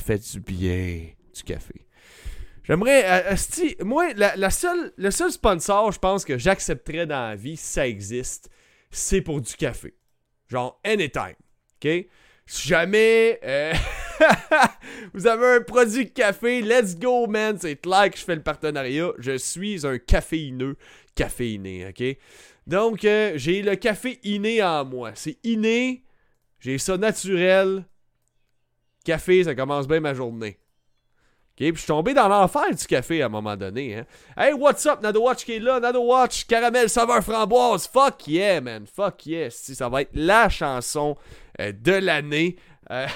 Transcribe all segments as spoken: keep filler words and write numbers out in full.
fait du bien, du café. J'aimerais... Euh, asti, moi, la, la seule, le seul sponsor, je pense, que j'accepterais dans la vie, si ça existe, c'est pour du café. Genre, anytime. OK? Si jamais euh, vous avez un produit de café, let's go, man. C'est clair que je fais le partenariat. Je suis un caféineux caféiné, OK? Donc, euh, j'ai le café inné en moi. C'est inné. J'ai ça naturel. Café, ça commence bien ma journée. OK? Puis je suis tombé dans l'enfer du café à un moment donné. Hein? Hey, what's up? Nado Watch qui est là. Nado Watch, caramel, saveur framboise. Fuck yeah, man. Fuck yeah. Si, ça va être la chanson euh, de l'année. Euh...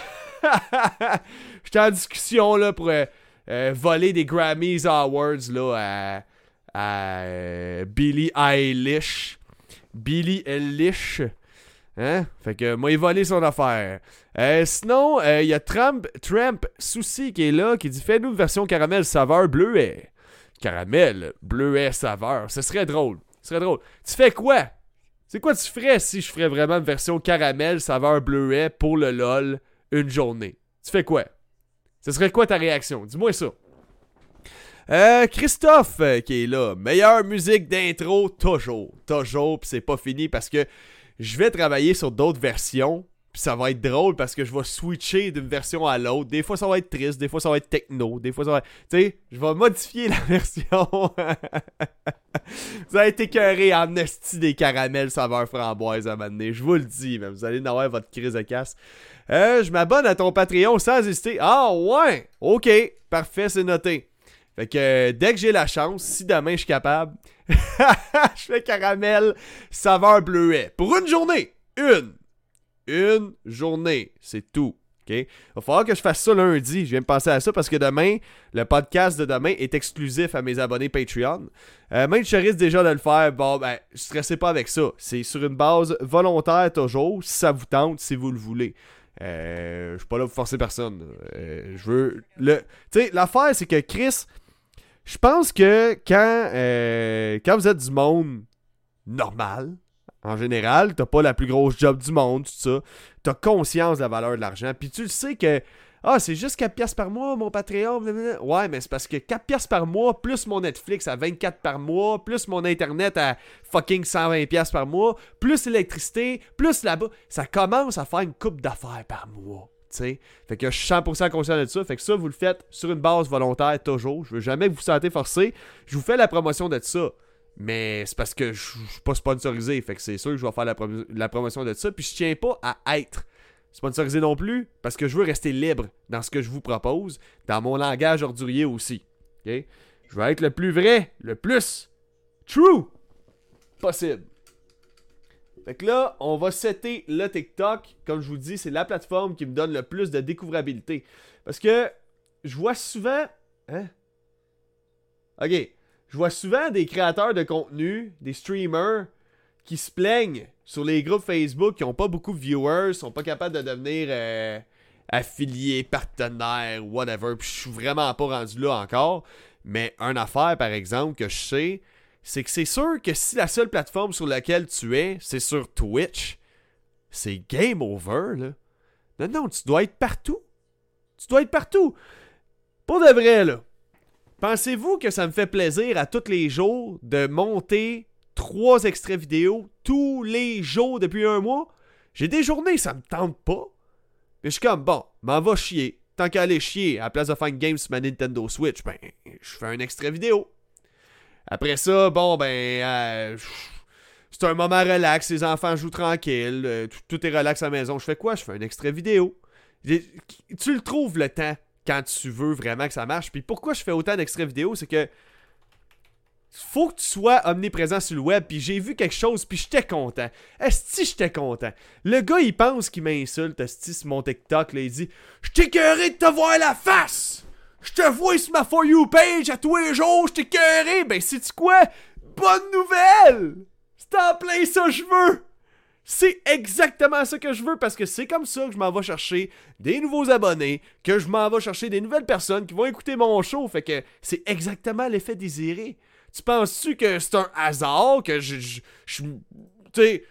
J'étais en discussion là, pour euh, euh, voler des Grammys Awards là, à, à euh, Billie Eilish. Billie Eilish. Hein? Fait que moi, il volé son affaire. Euh, sinon, il euh, y a Tramp, Tramp Souci qui est là, qui dit « Fais-nous une version caramel saveur bleuet. » Caramel, bleuet saveur. Ce serait drôle. Ce serait drôle. Tu fais quoi? C'est quoi tu ferais si je ferais vraiment une version caramel saveur bleuet pour le LOL une journée? Tu fais quoi? Ce serait quoi ta réaction? Dis-moi ça. Euh, Christophe euh, qui est là. Meilleure musique d'intro, toujours. Toujours, pis c'est pas fini parce que je vais travailler sur d'autres versions, puis ça va être drôle parce que je vais switcher d'une version à l'autre. Des fois, ça va être triste, des fois, ça va être techno, des fois, ça va être... Tu sais, je vais modifier la version. Vous allez être écœuré en esti des caramels saveur framboise à un moment donné. Je vous le dis, mais vous allez en avoir votre crise de casse. Euh, je m'abonne à ton Patreon sans hésiter. Ah ouais! Ok, parfait, c'est noté. Fait que euh, dès que j'ai la chance, si demain je suis capable, je fais caramel saveur bleuet. Pour une journée. Une. Une journée. C'est tout. OK? Il va falloir que je fasse ça lundi. Je viens de penser à ça parce que demain, le podcast de demain est exclusif à mes abonnés Patreon. Euh, même si je risque déjà de le faire, bon, ben, stressez pas avec ça. C'est sur une base volontaire toujours, si ça vous tente, si vous le voulez. Euh, je suis pas là pour forcer personne. Euh, je veux... le, tu sais, l'affaire, c'est que Chris... Je pense que quand, euh, quand vous êtes du monde normal, en général, t'as pas la plus grosse job du monde, tout ça, t'as conscience de la valeur de l'argent, puis tu le sais que, ah, c'est juste quatre piastres par mois, mon Patreon, blablabla. Ouais, mais c'est parce que quatre piastres par mois, plus mon Netflix à vingt-quatre par mois, plus mon Internet à fucking cent vingt piastres par mois, plus l'électricité, plus là-bas, ça commence à faire une coupe d'affaires par mois. T'sais. Fait que je suis cent pour cent conscient de ça. Fait que ça, vous le faites sur une base volontaire toujours. Je veux jamais que vous vous sentez forcé. Je vous fais la promotion de ça. Mais c'est parce que je suis pas sponsorisé. Fait que c'est sûr que je vais faire la, prom- la promotion de ça. Puis je tiens pas à être sponsorisé non plus. Parce que je veux rester libre dans ce que je vous propose. Dans mon langage ordurier aussi. Okay? Je veux être le plus vrai, le plus true possible. Fait que là, on va setter le TikTok. Comme je vous dis, c'est la plateforme qui me donne le plus de découvrabilité. Parce que je vois souvent... Hein? Ok. Je vois souvent des créateurs de contenu, des streamers, qui se plaignent sur les groupes Facebook, qui n'ont pas beaucoup de viewers, sont pas capables de devenir euh, affiliés, partenaires, whatever. Puis je suis vraiment pas rendu là encore. Mais une affaire, par exemple, que je sais... c'est que c'est sûr que si la seule plateforme sur laquelle tu es, c'est sur Twitch, c'est game over, là. Non, non, tu dois être partout. Tu dois être partout. Pour de vrai, là. Pensez-vous que ça me fait plaisir à tous les jours de monter trois extraits vidéo tous les jours depuis un mois? J'ai des journées, ça me tente pas. Mais je suis comme, bon, m'en va chier. Tant qu'à aller chier, à la place de faire une game sur ma Nintendo Switch, ben, je fais un extrait vidéo. Après ça, bon, ben, euh, c'est un moment relax, les enfants jouent tranquille, euh, tout, tout est relax à la maison. Je fais quoi? Je fais un extrait vidéo. Tu le trouves le temps quand tu veux vraiment que ça marche. Puis pourquoi je fais autant d'extraits vidéo, c'est que faut que tu sois omniprésent sur le web. Puis j'ai vu quelque chose, puis j'étais content. Esti, j'étais content. Le gars, il pense qu'il m'insulte, esti, sur mon TikTok, là, il dit « Je t'ai écœuré de te voir la face! Je te vois sur ma For You page à tous les jours, je t'ai écœuré! » Ben, sais-tu quoi? Bonne nouvelle! C'est en plein ça que je veux! C'est exactement ça que je veux, parce que c'est comme ça que je m'en vais chercher des nouveaux abonnés, que je m'en vais chercher des nouvelles personnes qui vont écouter mon show. Fait que c'est exactement l'effet désiré. Tu penses-tu que c'est un hasard, que je... je, je tu sais,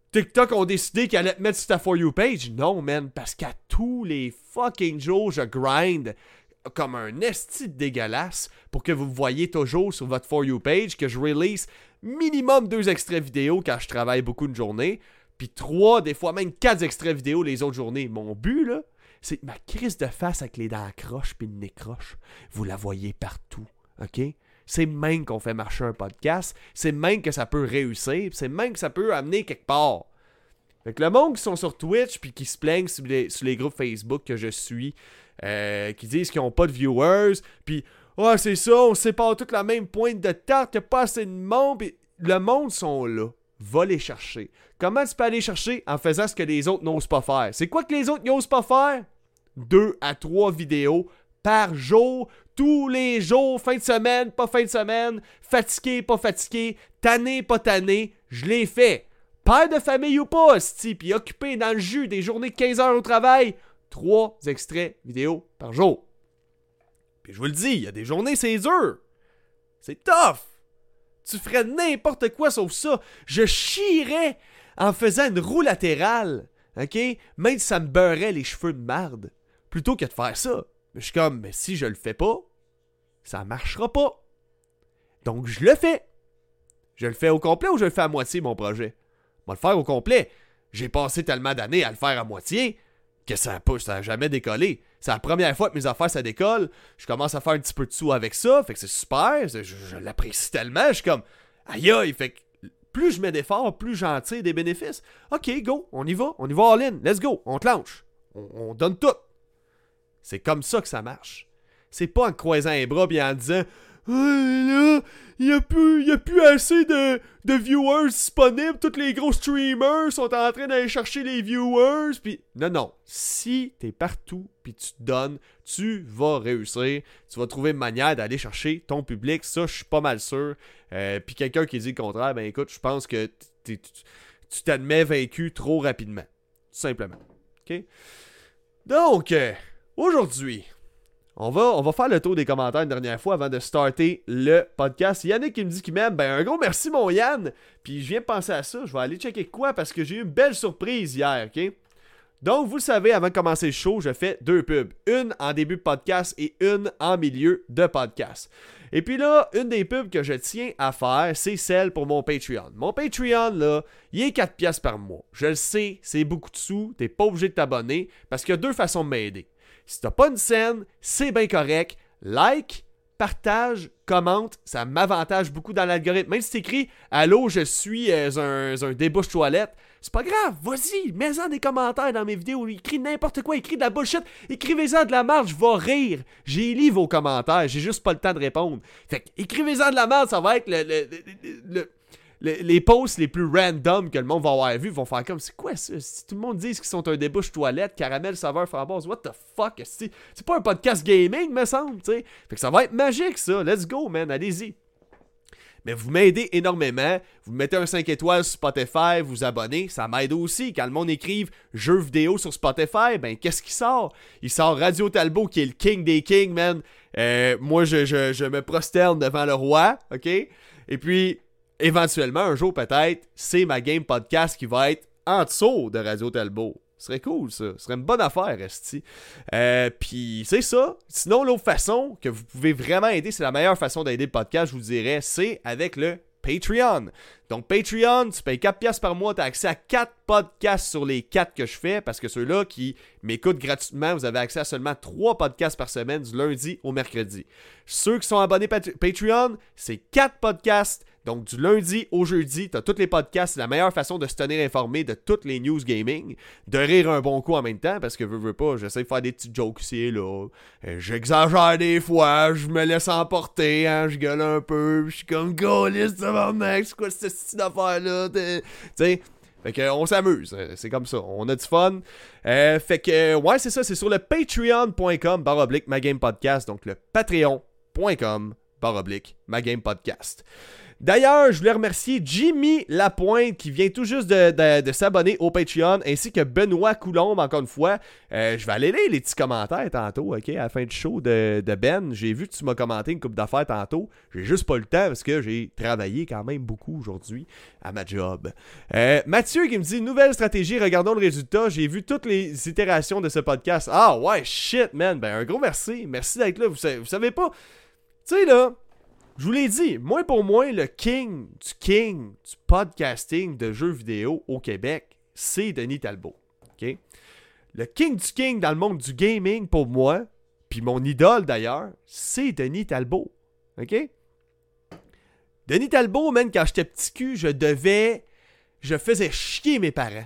TikTok ont décidé qu'ils allaient te mettre sur ta For You page. Non, man, parce qu'à tous les fucking jours, je grind comme un esti de dégueulasse pour que vous voyez toujours sur votre For You page que je release minimum deux extraits vidéo quand je travaille beaucoup une journée, puis trois, des fois même quatre extraits vidéo les autres journées. Mon but, là, c'est que ma crise de face avec les dents croches puis le nez croche, vous la voyez partout, OK? C'est même qu'on fait marcher un podcast, c'est même que ça peut réussir, c'est même que ça peut amener quelque part. Fait que le monde qui sont sur Twitch puis qui se plaignent sur les, sur les groupes Facebook que je suis, euh, qui disent qu'ils n'ont pas de viewers, puis « Ah, oh, c'est ça, on sépare toute la même pointe de tarte, il n'y a pas assez de monde. » Puis le monde sont là. Va les chercher. Comment tu peux aller chercher? En faisant ce que les autres n'osent pas faire. C'est quoi que les autres n'osent pas faire? Deux à trois vidéos par jour, tous les jours, fin de semaine, pas fin de semaine, fatigué, pas fatigué, tanné, pas tanné, je l'ai fait. Père de famille ou pas, hostie, puis occupé dans le jus des journées de quinze heures au travail, trois extraits vidéo par jour. Puis je vous le dis, il y a des journées, c'est dur. C'est tough. Tu ferais n'importe quoi sauf ça. Je chierais en faisant une roue latérale, ok? Même si ça me beurrait les cheveux de marde, plutôt que de faire ça. Mais je suis comme, mais si je le fais pas, ça marchera pas. Donc je le fais. Je le fais au complet ou je le fais à moitié, mon projet? On va le faire au complet. J'ai passé tellement d'années à le faire à moitié que ça n'a pas, ça a jamais décollé. C'est la première fois que mes affaires, ça décolle. Je commence à faire un petit peu de sous avec ça. Fait que c'est super. Je, je l'apprécie tellement. Je suis comme, aïe aïe. Fait que plus je mets d'efforts, plus j'en tire des bénéfices. OK, go. On y va. On y va all-in. Let's go. On te lance. On, on donne tout. C'est comme ça que ça marche. C'est pas en croisant les bras et en disant, oh, là, il n'y a, a plus assez de, de viewers disponibles. Tous les gros streamers sont en train d'aller chercher les viewers. Puis non, non. Si t'es partout puis tu te donnes, tu vas réussir. Tu vas trouver une manière d'aller chercher ton public. Ça, je suis pas mal sûr. Euh, puis quelqu'un qui dit le contraire, ben écoute, je pense que tu, tu t'admets vaincu trop rapidement. Tout simplement. OK? Donc, euh, aujourd'hui... On va, on va faire le tour des commentaires une dernière fois avant de starter le podcast. Yannick qui me dit qu'il m'aime. Ben, un gros merci, mon Yann. Puis, je viens de penser à ça. Je vais aller checker quoi parce que j'ai eu une belle surprise hier, OK? Donc, vous le savez, avant de commencer le show, je fais deux pubs. Une en début de podcast et une en milieu de podcast. Et puis là, une des pubs que je tiens à faire, c'est celle pour mon Patreon. Mon Patreon, là, il est quatre piastres par mois. Je le sais, c'est beaucoup de sous. T'es pas obligé de t'abonner parce qu'il y a deux façons de m'aider. Si t'as pas une scène, c'est bien correct. Like, partage, commente, ça m'avantage beaucoup dans l'algorithme. Même si t'écris « Allô, je suis euh, un, un débouche-toilette », c'est pas grave, vas-y, mets-en des commentaires dans mes vidéos, écris n'importe quoi, écris de la bullshit, écrivez-en de la merde, je vais rire. J'ai lu vos commentaires, j'ai juste pas le temps de répondre. Fait que écrivez-en de la merde, ça va être le... le, le, le Les, les posts les plus random que le monde va avoir vu vont faire comme, c'est quoi ça? Si tout le monde dit qu'ils sont un débouche toilette, caramel, saveur, framboise, what the fuck? C'est, c'est pas un podcast gaming, me semble, tu sais. Fait que ça va être magique, ça. Let's go, man. Allez-y. Mais vous m'aidez énormément. Vous mettez un cinq étoiles sur Spotify, vous abonnez. Ça m'aide aussi. Quand le monde écrive jeux vidéo sur Spotify, ben, qu'est-ce qui sort? Il sort Radio Talbot, qui est le king des kings, man. Euh, moi, je, je, je me prosterne devant le roi, OK? Et puis... éventuellement, un jour peut-être, c'est ma game podcast qui va être en dessous de Radio Talbot. Ce serait cool, ça. Ce serait une bonne affaire, esti. Euh, Puis, c'est ça. Sinon, l'autre façon que vous pouvez vraiment aider, c'est la meilleure façon d'aider le podcast, je vous dirais, c'est avec le Patreon. Donc, Patreon, tu payes quatre piastres par mois, tu as accès à quatre podcasts sur les quatre que je fais, parce que ceux-là qui m'écoutent gratuitement, vous avez accès à seulement trois podcasts par semaine, du lundi au mercredi. Ceux qui sont abonnés Pat- Patreon, c'est quatre podcasts. Donc, du lundi au jeudi, tu as tous les podcasts. C'est la meilleure façon de se tenir informé de toutes les news gaming. De rire un bon coup en même temps, parce que veux, veux pas, j'essaie de faire des petites jokes ici et là. Euh, j'exagère des fois, je me laisse emporter, hein, je gueule un peu, je suis comme « Gaulliste, ça va, mec, c'est quoi cette petite affaire-là? » Tu sais, fait que on s'amuse, c'est comme ça, on a du fun. Euh, fait que, ouais, c'est ça, c'est sur le patreon point com barre oblique ma game podcast, donc le patreon point com barre oblique, ma game podcast. D'ailleurs, je voulais remercier Jimmy Lapointe qui vient tout juste de, de, de s'abonner au Patreon, ainsi que Benoît Coulombe, encore une fois. Euh, je vais aller lire les petits commentaires tantôt, ok, à la fin du show de, de Ben. J'ai vu que tu m'as commenté une couple d'affaires tantôt. J'ai juste pas le temps parce que j'ai travaillé quand même beaucoup aujourd'hui à ma job. Euh, Mathieu qui me dit, nouvelle stratégie, regardons le résultat. J'ai vu toutes les itérations de ce podcast. Ah ouais, shit, man. Ben un gros merci. Merci d'être là. Vous savez, vous savez pas, tu sais là... Je vous l'ai dit, moi pour moi, le king du king du podcasting de jeux vidéo au Québec, c'est Denis Talbot. Okay? Le king du king dans le monde du gaming pour moi, puis mon idole d'ailleurs, c'est Denis Talbot. OK? Denis Talbot, man, quand j'étais petit cul, je devais... Je faisais chier mes parents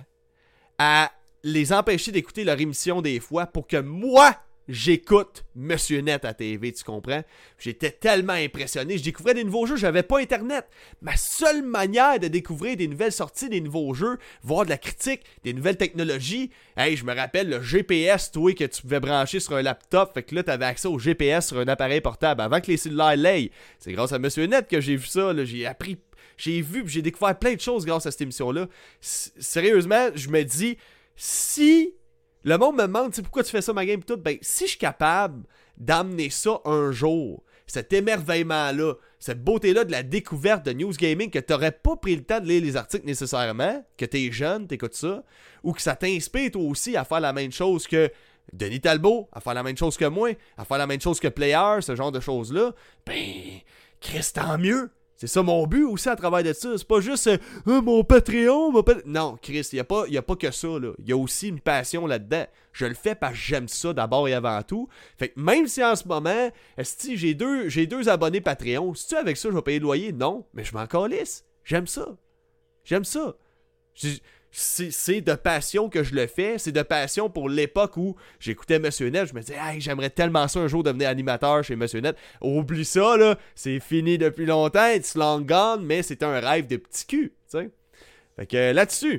à les empêcher d'écouter leur émission des fois pour que moi... J'écoute Monsieur Net à T V, tu comprends? J'étais tellement impressionné. Je découvrais des nouveaux jeux, j'avais pas Internet. Ma seule manière de découvrir des nouvelles sorties, des nouveaux jeux, voir de la critique, des nouvelles technologies. Hey, je me rappelle le G P S, toi, que tu pouvais brancher sur un laptop. Fait que là, t'avais accès au G P S sur un appareil portable avant que les cellulaires l'aient. C'est grâce à Monsieur Net que j'ai vu ça, là. J'ai appris, j'ai vu, j'ai découvert plein de choses grâce à cette émission-là. S- sérieusement, je me dis, si... Le monde me demande, tu sais, pourquoi tu fais ça, ma game, tout? Ben, si je suis capable d'amener ça un jour, cet émerveillement-là, cette beauté-là de la découverte de news gaming, que t'aurais pas pris le temps de lire les articles nécessairement, que t'es jeune, t'écoutes ça, ou que ça t'inspire toi aussi à faire la même chose que Denis Talbot, à faire la même chose que moi, à faire la même chose que Player, ce genre de choses-là, ben, Chris, tant mieux! C'est ça mon but aussi à travers de ça. C'est pas juste euh, oh, mon Patreon, mon Pat... Non, Chris, il n'y a, a pas que ça, là. Il y a aussi une passion là-dedans. Je le fais parce que j'aime ça d'abord et avant tout. Fait que même si en ce moment, esti, j'ai deux, j'ai deux abonnés Patreon, si tu avec ça, je vais payer le loyer? Non, mais je m'en calisse. J'aime ça. J'aime ça. J'ai... C'est, c'est de passion que je le fais. C'est de passion pour l'époque où j'écoutais Monsieur Net. Je me disais, hey, j'aimerais tellement ça un jour devenir animateur chez Monsieur Net. Oublie ça, là. C'est fini depuis longtemps. It's long gone. Mais c'était un rêve de petit cul. T'sais. Fait que là-dessus.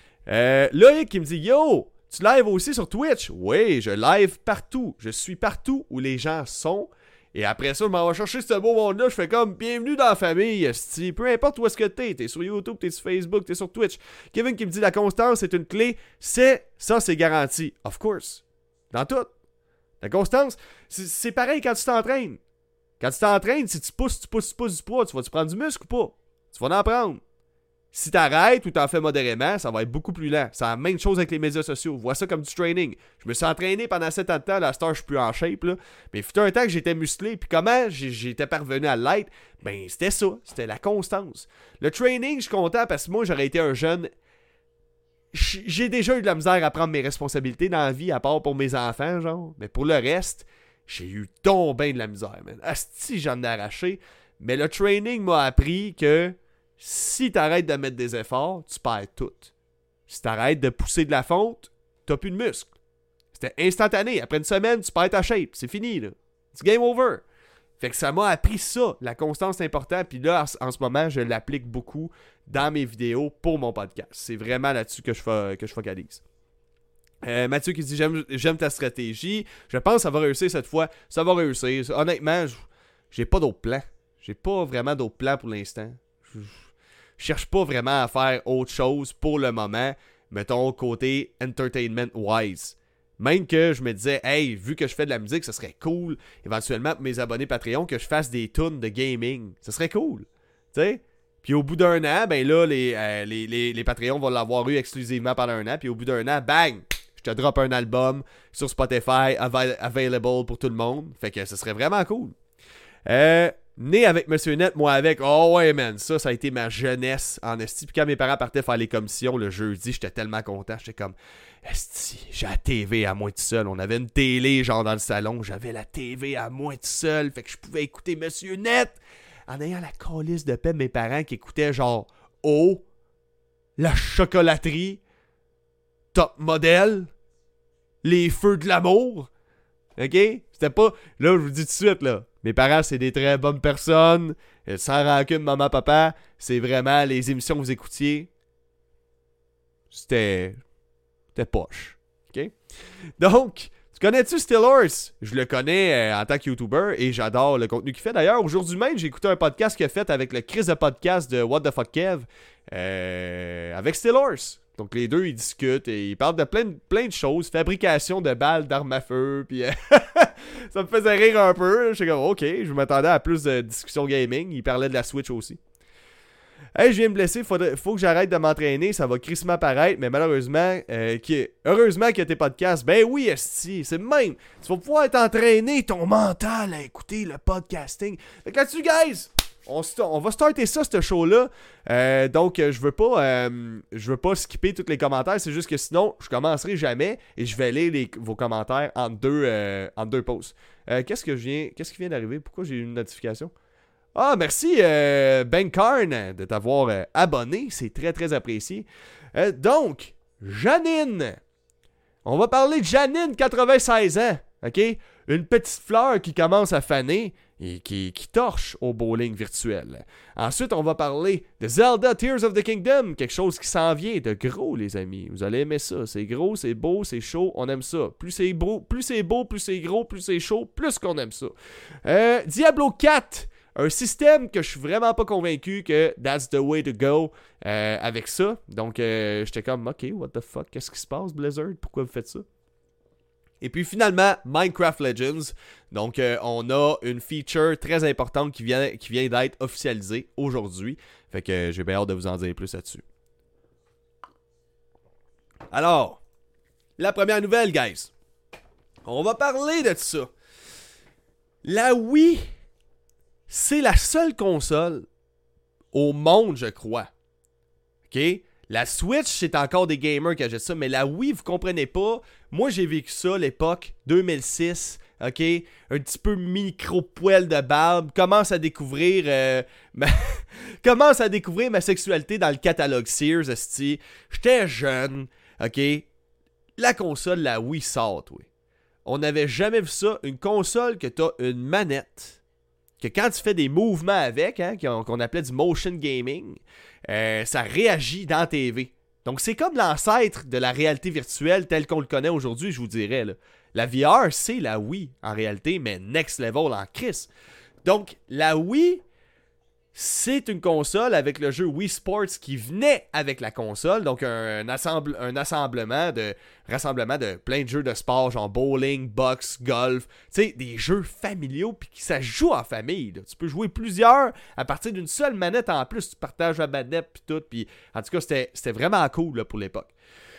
Euh, Loïc qui me dit, yo, tu live aussi sur Twitch? Oui, je live partout. Je suis partout où les gens sont. Et après ça, je m'en vais chercher ce beau monde-là. Je fais comme, bienvenue dans la famille, esti. Peu importe où est-ce que t'es. T'es sur YouTube, t'es sur Facebook, t'es sur Twitch. Kevin qui me dit, la constance est une clé. C'est, ça, c'est garanti. Of course. Dans tout. La constance, c'est, c'est pareil quand tu t'entraînes. Quand tu t'entraînes, si tu pousses, tu pousses, tu pousses du poids, tu vas-tu prendre du muscle ou pas? Tu vas en prendre. Si t'arrêtes ou t'en fais modérément, ça va être beaucoup plus lent. C'est la même chose avec les médias sociaux. Vois ça comme du training. Je me suis entraîné pendant sept ans de temps. Là, à cette heure, je suis plus en shape. Là. Mais il fut un temps que j'étais musclé. Puis comment j'étais parvenu à l'être? Ben, c'était ça. C'était la constance. Le training, je suis content parce que moi, j'aurais été un jeune... J'ai déjà eu de la misère à prendre mes responsabilités dans la vie, à part pour mes enfants, genre. Mais pour le reste, j'ai eu donc ben de la misère, man. Asti, j'en ai arraché. Mais le training m'a appris que... Si t'arrêtes de mettre des efforts, tu perds tout. Si t'arrêtes de pousser de la fonte, t'as plus de muscles. C'était instantané. Après une semaine, tu perds ta shape. C'est fini, là. C'est game over. Fait que ça m'a appris ça. La constance, c'est important. Puis là, en ce moment, je l'applique beaucoup dans mes vidéos pour mon podcast. C'est vraiment là-dessus que je, fo- que je focalise. Euh, Mathieu qui dit j'aime, j'aime ta stratégie. Je pense que ça va réussir cette fois. Ça va réussir. Honnêtement, j'ai pas d'autres plans. J'ai pas vraiment d'autres plans pour l'instant. Je, je cherche pas vraiment à faire autre chose pour le moment, mettons côté entertainment-wise. Même que je me disais, hey, vu que je fais de la musique, ça serait cool, éventuellement, pour mes abonnés Patreon, que je fasse des tunes de gaming. Ça serait cool. Tu sais? Puis au bout d'un an, ben là, les, euh, les, les, les Patreons vont l'avoir eu exclusivement pendant un an. Puis au bout d'un an, bang! Je te drop un album sur Spotify, avail- available pour tout le monde. Fait que ça serait vraiment cool. Euh... Né avec Monsieur Net, moi avec. Oh ouais, man. Ça, ça a été ma jeunesse en esti. Puis quand mes parents partaient faire les commissions le jeudi, j'étais tellement content. J'étais comme, esti, j'ai la T V à moi tout seul. On avait une télé, genre, dans le salon. J'avais la T V à moi tout seul. Fait que je pouvais écouter Monsieur Net en ayant la calisse de paix de mes parents qui écoutaient, genre, Oh, la chocolaterie, Top Model, Les Feux de l'amour. OK? C'était pas... Là, je vous dis tout de suite, là. Mes parents, c'est des très bonnes personnes. Sans rancune, maman, papa. C'est vraiment les émissions que vous écoutiez. C'était... C'était poche. OK? Donc, Tu connais-tu Still Horse? Je le connais euh, en tant que YouTuber et j'adore le contenu qu'il fait. D'ailleurs, aujourd'hui même, j'ai écouté un podcast qu'il a fait avec le Chris de podcast de What the Fuck Kev euh, avec Still Horse. Donc les deux, ils discutent et ils parlent de plein de, plein de choses. Fabrication de balles d'armes à feu. Puis euh, ça me faisait rire un peu. J'étais comme, ok, je m'attendais à plus de discussions gaming. Il parlait de la Switch aussi. Hey, je viens me blesser, faudrait, faut que j'arrête de m'entraîner, ça va crissement paraître, mais malheureusement, euh, qui, heureusement qu'il y a tes podcasts. Ben oui, esti, c'est le même. Tu vas pouvoir t'entraîner ton mental à écouter le podcasting. Fait que là-dessus, guys, on, on va starter ça, ce show-là. Euh, donc, je veux pas euh, je veux pas skipper tous les commentaires, c'est juste que sinon, je commencerai jamais et je vais lire les, vos commentaires en deux, euh, en deux posts. Euh, qu'est-ce que je viens, qu'est-ce qui vient d'arriver? Pourquoi j'ai eu une notification? Ah, merci euh, Ben Karn de t'avoir euh, abonné. C'est très, très apprécié. Euh, donc, Janine. On va parler de Janine, quatre-vingt-seize ans. OK? Une petite fleur qui commence à faner et qui, qui torche au bowling virtuel. Ensuite, on va parler de Zelda Tears of the Kingdom. Quelque chose qui s'en vient de gros, les amis. Vous allez aimer ça. C'est gros, c'est beau, c'est chaud. On aime ça. Plus c'est beau, plus c'est beau, plus c'est gros, plus c'est chaud, plus qu'on aime ça. Euh, Diablo quatre. Un système que je suis vraiment pas convaincu que that's the way to go euh, avec ça. Donc, euh, j'étais comme, ok, what the fuck, qu'est-ce qui se passe, Blizzard? Pourquoi vous faites ça? Et puis finalement, Minecraft Legends. Donc, euh, on a une feature très importante qui vient, qui vient d'être officialisée aujourd'hui. Fait que euh, j'ai bien hâte de vous en dire plus là-dessus. Alors, la première nouvelle, guys. On va parler de ça. La Wii... c'est la seule console au monde, je crois. OK? La Switch, c'est encore des gamers qui achètent ça, mais la Wii, vous comprenez pas. Moi, j'ai vécu ça l'époque deux mille six. OK? Un petit peu micro-poil de barbe. Commence à découvrir euh, ma... commence à découvrir ma sexualité dans le catalogue Sears, esti. J'étais jeune. OK? La console, la Wii sort, oui. On n'avait jamais vu ça. Une console que t'as une manette. Que quand tu fais des mouvements avec, hein, qu'on appelait du motion gaming, euh, ça réagit dans la T V. Donc c'est comme l'ancêtre de la réalité virtuelle telle qu'on le connaît aujourd'hui, je vous dirais. Là. La V R, c'est la Wii en réalité, mais next level en crise. Donc la Wii, c'est une console avec le jeu Wii Sports qui venait avec la console. Donc un, un, assemble, un assemblement de rassemblement de plein de jeux de sport, genre bowling, boxe, golf. Tu sais, des jeux familiaux puis qui ça joue en famille. Là. Tu peux jouer plusieurs à partir d'une seule manette en plus. Tu partages la manette puis tout. Puis en tout cas, c'était, c'était vraiment cool là, pour l'époque.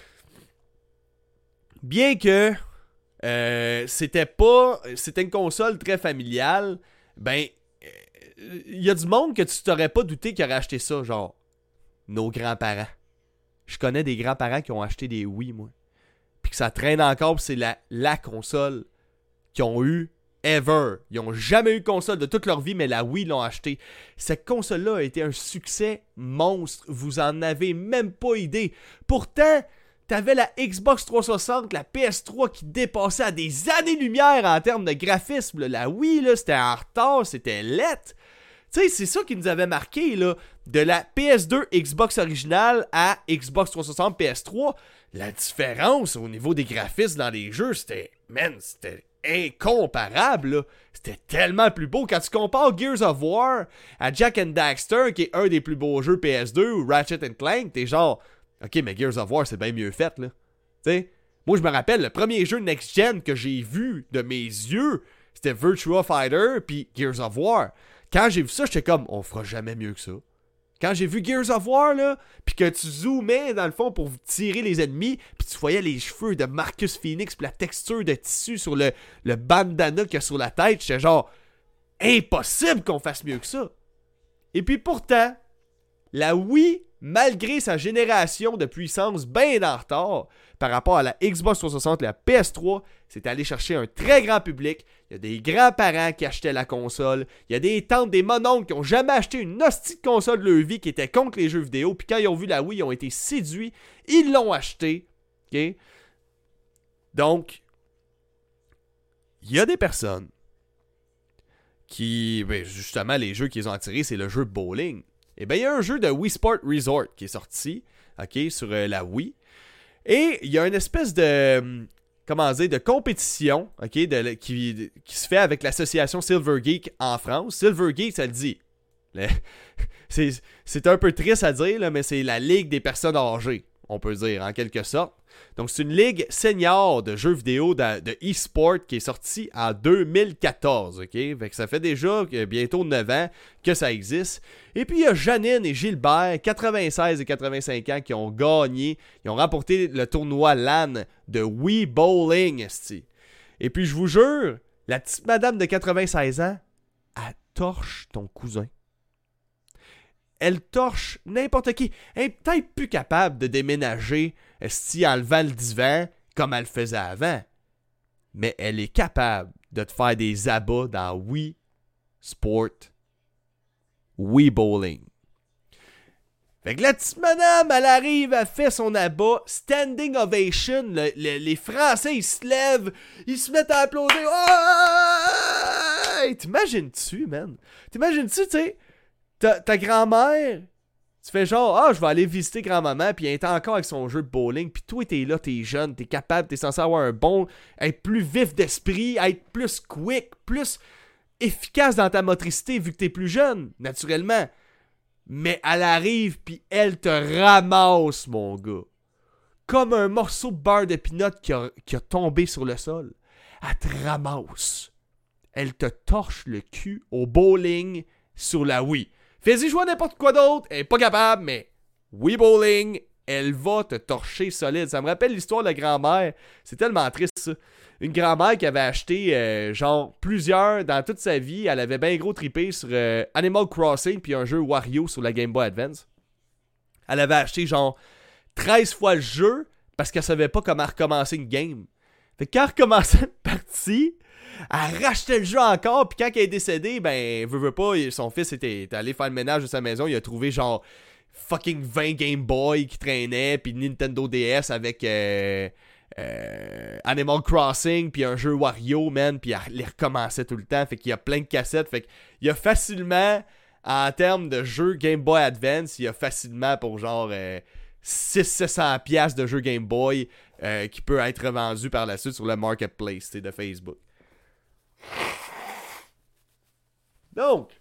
Bien que euh, c'était pas, c'était une console très familiale, ben il y a du monde que tu t'aurais pas douté qui aurait acheté ça, genre nos grands-parents. Je connais des grands-parents qui ont acheté des Wii, moi. Puis que ça traîne encore, pis c'est la, la console qu'ils ont eu ever. Ils ont jamais eu de console de toute leur vie, mais la Wii l'ont acheté. Cette console-là a été un succès monstre. Vous en avez même pas idée. Pourtant, t'avais la Xbox trois cent soixante, la P S trois qui dépassait à des années-lumière en termes de graphisme. Là. La Wii, là, c'était en retard, c'était laid. Tu sais, c'est ça qui nous avait marqué, là. De la P S deux Xbox originale à Xbox trois cent soixante P S trois, la différence au niveau des graphismes dans les jeux, c'était, man, c'était incomparable, là. C'était tellement plus beau. Quand tu compares Gears of War à Jak and Daxter, qui est un des plus beaux jeux P S deux, ou Ratchet and Clank, t'es genre, ok, mais Gears of War, c'est bien mieux fait, là. Tu sais, moi, je me rappelle, le premier jeu next-gen que j'ai vu de mes yeux, c'était Virtua Fighter, puis Gears of War. Quand j'ai vu ça, j'étais comme, on fera jamais mieux que ça. Quand j'ai vu Gears of War, là, pis que tu zoomais, dans le fond, pour tirer les ennemis, pis tu voyais les cheveux de Marcus Phoenix, pis la texture de tissu sur le, le bandana qu'il y a sur la tête, j'étais genre, impossible qu'on fasse mieux que ça. Et puis pourtant, la Wii, malgré sa génération de puissance bien en retard par rapport à la Xbox trois cent soixante et la P S trois, c'est allé chercher un très grand public. Il y a des grands-parents qui achetaient la console. Il y a des tantes, des mononcles qui n'ont jamais acheté une hostie de console de leur vie qui étaient contre les jeux vidéo. Puis quand ils ont vu la Wii, ils ont été séduits. Ils l'ont acheté. Okay? Donc, il y a des personnes qui, ben justement, les jeux qu'ils ont attirés, c'est le jeu bowling. Et bien, il y a un jeu de Wii Sport Resort qui est sorti, ok, sur euh, la Wii. Et il y a une espèce de... comment dire, de compétition, ok, de, qui, qui se fait avec l'association Silver Geek en France. Silver Geek, ça le dit. Le, c'est, c'est un peu triste à dire, là, mais c'est la ligue des personnes âgées, on peut dire, en quelque sorte. Donc, c'est une ligue senior de jeux vidéo de, de e-sport qui est sortie en deux mille quatorze, ok? Fait que ça fait déjà bientôt neuf ans que ça existe. Et puis, il y a Janine et Gilbert, quatre-vingt-seize et quatre-vingt-cinq ans, qui ont gagné. Ils ont remporté le tournoi LAN de Wii Bowling, esti. Et puis, je vous jure, la petite madame de quatre-vingt-seize ans, elle torche ton cousin. Elle torche n'importe qui. Elle est peut-être plus capable de déménager esti en levant le divan comme elle le faisait avant. Mais elle est capable de te faire des abats dans Wii Sport, Wii Bowling. Fait que la petite madame, elle arrive, elle fait son abat, standing ovation, le, le, les Français, ils se lèvent, ils se mettent à applaudir. Oh! T'imagines-tu, man? T'imagines-tu, tu sais, ta, ta grand-mère, tu fais genre, ah, je vais aller visiter grand-maman, puis elle est encore avec son jeu de bowling, puis toi, t'es là, t'es jeune, t'es capable, t'es censé avoir un bon, être plus vif d'esprit, être plus quick, plus efficace dans ta motricité, vu que t'es plus jeune, naturellement. Mais elle arrive, puis elle te ramasse, mon gars. Comme un morceau de beurre de peanut qui a, qui a tombé sur le sol. Elle te ramasse. Elle te torche le cul au bowling sur la Wii. Fais-y jouer n'importe quoi d'autre, elle est pas capable, mais Wii Bowling, elle va te torcher solide. Ça me rappelle l'histoire de la grand-mère. C'est tellement triste, ça. Une grand-mère qui avait acheté, euh, genre, plusieurs dans toute sa vie. Elle avait bien gros trippé sur euh, Animal Crossing puis un jeu Wario sur la Game Boy Advance. Elle avait acheté, genre, treize fois le jeu parce qu'elle savait pas comment recommencer une game. Fait que quand elle recommençait une partie, elle rachetait le jeu encore, puis quand elle est décédée, ben, veut, veut pas, son fils était, était allé faire le ménage de sa maison, il a trouvé, genre, fucking vingt Game Boy qui traînaient, puis Nintendo D S avec... Euh, Euh, Animal Crossing puis un jeu Wario, man, puis il les recommençait tout le temps, fait qu'il y a plein de cassettes, fait qu'il y a facilement, en termes de jeux Game Boy Advance, il y a facilement pour genre euh, six cents à sept cents dollars de jeux Game Boy euh, qui peut être revendu par la suite sur le marketplace de Facebook. Donc,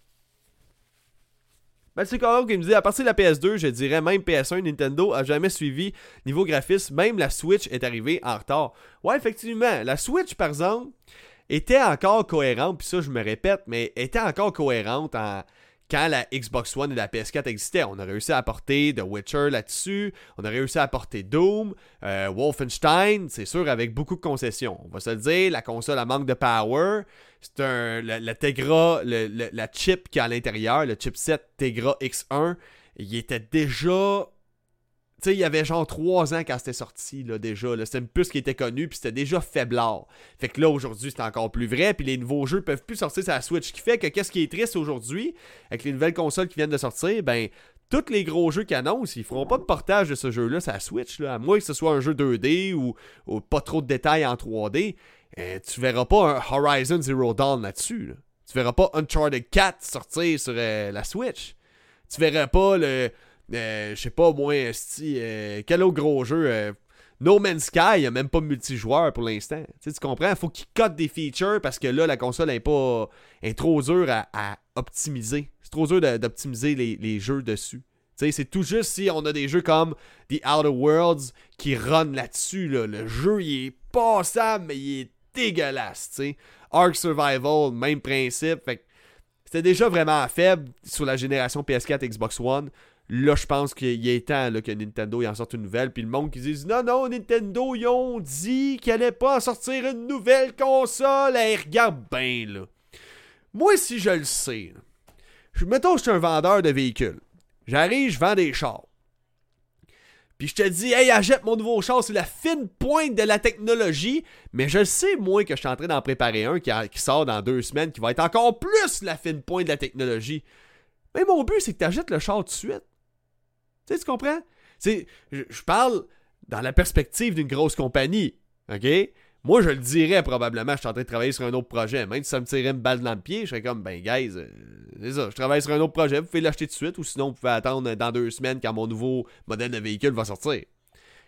ben, c'est quand même qui me dit, à partir de la P S deux, je dirais même P S un, Nintendo a jamais suivi niveau graphisme. Même la Switch est arrivée en retard. Ouais, effectivement, la Switch, par exemple, était encore cohérente, puis ça, je me répète, mais était encore cohérente en... quand la Xbox One et la P S quatre existaient. On a réussi à apporter The Witcher là-dessus, on a réussi à apporter Doom, euh, Wolfenstein, c'est sûr, avec beaucoup de concessions. On va se le dire, la console a manque de power. C'est un, le, le Tegra, le, le, la chip qui est à l'intérieur, le chipset Tegra X un, il était déjà... Tu sais, il y avait genre trois ans quand c'était sorti, là, déjà. Là. C'était une puce qui était connue, puis c'était déjà faiblard. Fait que là, aujourd'hui, c'est encore plus vrai, puis les nouveaux jeux peuvent plus sortir sur la Switch. Ce qui fait que, qu'est-ce qui est triste aujourd'hui, avec les nouvelles consoles qui viennent de sortir, ben, tous les gros jeux qui annoncent, ils feront pas de portage de ce jeu-là sur la Switch, là. À moins que ce soit un jeu deux D ou, ou pas trop de détails en trois D. Euh, tu verras pas un Horizon Zero Dawn là-dessus. Là. Tu verras pas Uncharted quatre sortir sur euh, la Switch. Tu verras pas le... Euh, je sais pas, moi, esti, euh, quel autre gros jeu... Euh, No Man's Sky, il n'y a même pas de multijoueur pour l'instant. T'sais, tu comprends? Il faut qu'il cote des features parce que là, la console est pas est trop dure à, à optimiser. C'est trop dur de, d'optimiser les, les jeux dessus. T'sais, c'est tout juste si on a des jeux comme The Outer Worlds qui run là-dessus. Là. Le jeu, il est passable, mais il est dégueulasse. T'sais. Ark Survival, même principe. Fait que c'était déjà vraiment faible sur la génération P S quatre et Xbox One. Là, je pense qu'il est temps là, que Nintendo il en sorte une nouvelle. Puis le monde qui dit non, non, Nintendo, ils ont dit qu'ils allaient pas en sortir une nouvelle console. Hey, regarde bien, là. Moi, si je le sais, là, je, mettons que je suis un vendeur de véhicules. J'arrive, je vends des chars. Puis je te dis, hey, achète mon nouveau char, c'est la fine pointe de la technologie. Mais je le sais, moi, que je suis en train d'en préparer un qui, a, qui sort dans deux semaines, qui va être encore plus la fine pointe de la technologie. Mais mon but, c'est que tu achètes le char tout de suite. Tu sais, tu comprends? C'est, je, je parle dans la perspective d'une grosse compagnie. OK? Moi, je le dirais probablement, je suis en train de travailler sur un autre projet. Même si ça me tirait une balle dans le pied, je serais comme, ben, guys, euh, c'est ça, je travaille sur un autre projet, vous pouvez l'acheter tout de suite, ou sinon, vous pouvez attendre dans deux semaines quand mon nouveau modèle de véhicule va sortir.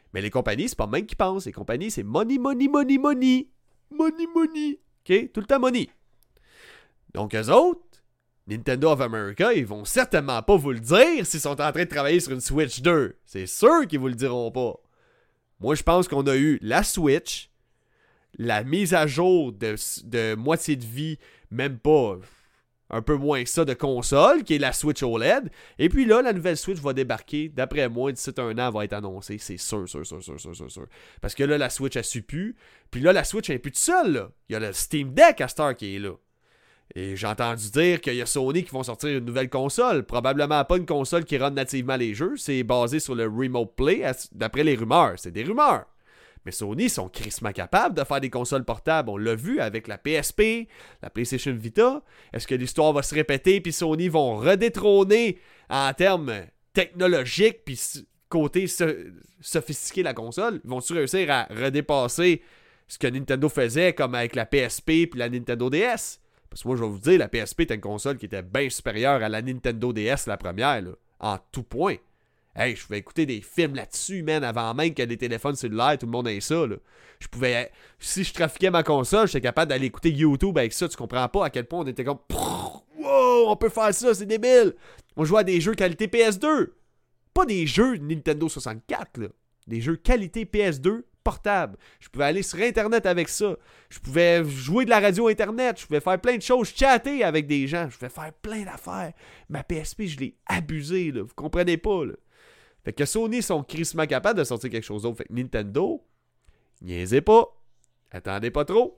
Mais les compagnies, c'est pas même qui pensent. Les compagnies, c'est money, money, money, money. Money, money. OK? Tout le temps money. Donc, eux autres, Nintendo of America, ils vont certainement pas vous le dire s'ils sont en train de travailler sur une Switch deux. C'est sûr qu'ils vous le diront pas. Moi, je pense qu'on a eu la Switch, la mise à jour de, de moitié de vie, même pas, un peu moins que ça, de console, qui est la Switch O L E D. Et puis là, la nouvelle Switch va débarquer. D'après moi, d'ici un an, elle va être annoncée. C'est sûr, sûr, sûr, sûr, sûr, sûr, sûr. Parce que là, la Switch, elle suit plus. Puis là, la Switch, elle n'est plus toute seule, là. Il y a le Steam Deck à Star qui est là. Et j'ai entendu dire qu'il y a Sony qui vont sortir une nouvelle console. Probablement pas une console qui run nativement les jeux. C'est basé sur le Remote Play, d'après les rumeurs. C'est des rumeurs. Mais Sony sont crissement capables de faire des consoles portables. On l'a vu avec la P S P, la PlayStation Vita. Est-ce que l'histoire va se répéter puis Sony vont redétrôner en termes technologiques puis côté so- sophistiqué la console? Vont-ils réussir à redépasser ce que Nintendo faisait comme avec la P S P puis la Nintendo D S? Parce que moi, je vais vous dire, la P S P était une console qui était bien supérieure à la Nintendo D S, la première, là, en tout point. Hey, je pouvais écouter des films là-dessus, man, avant même que les téléphones cellulaires, tout le monde ait ça, là. Je pouvais... Si je trafiquais ma console, j'étais capable d'aller écouter YouTube avec ça. Tu comprends pas à quel point on était comme... Wow, on peut faire ça, c'est débile! On jouait à des jeux qualité P S deux. Pas des jeux Nintendo soixante-quatre, là. Des jeux qualité P S deux portable. Je pouvais aller sur Internet avec ça. Je pouvais jouer de la radio Internet. Je pouvais faire plein de choses. Chatter avec des gens. Je pouvais faire plein d'affaires. Ma P S P, je l'ai abusée, là. Vous comprenez pas, là. Fait que Sony sont crissement capables de sortir quelque chose d'autre. Fait que Nintendo, niaisez pas. Attendez pas trop.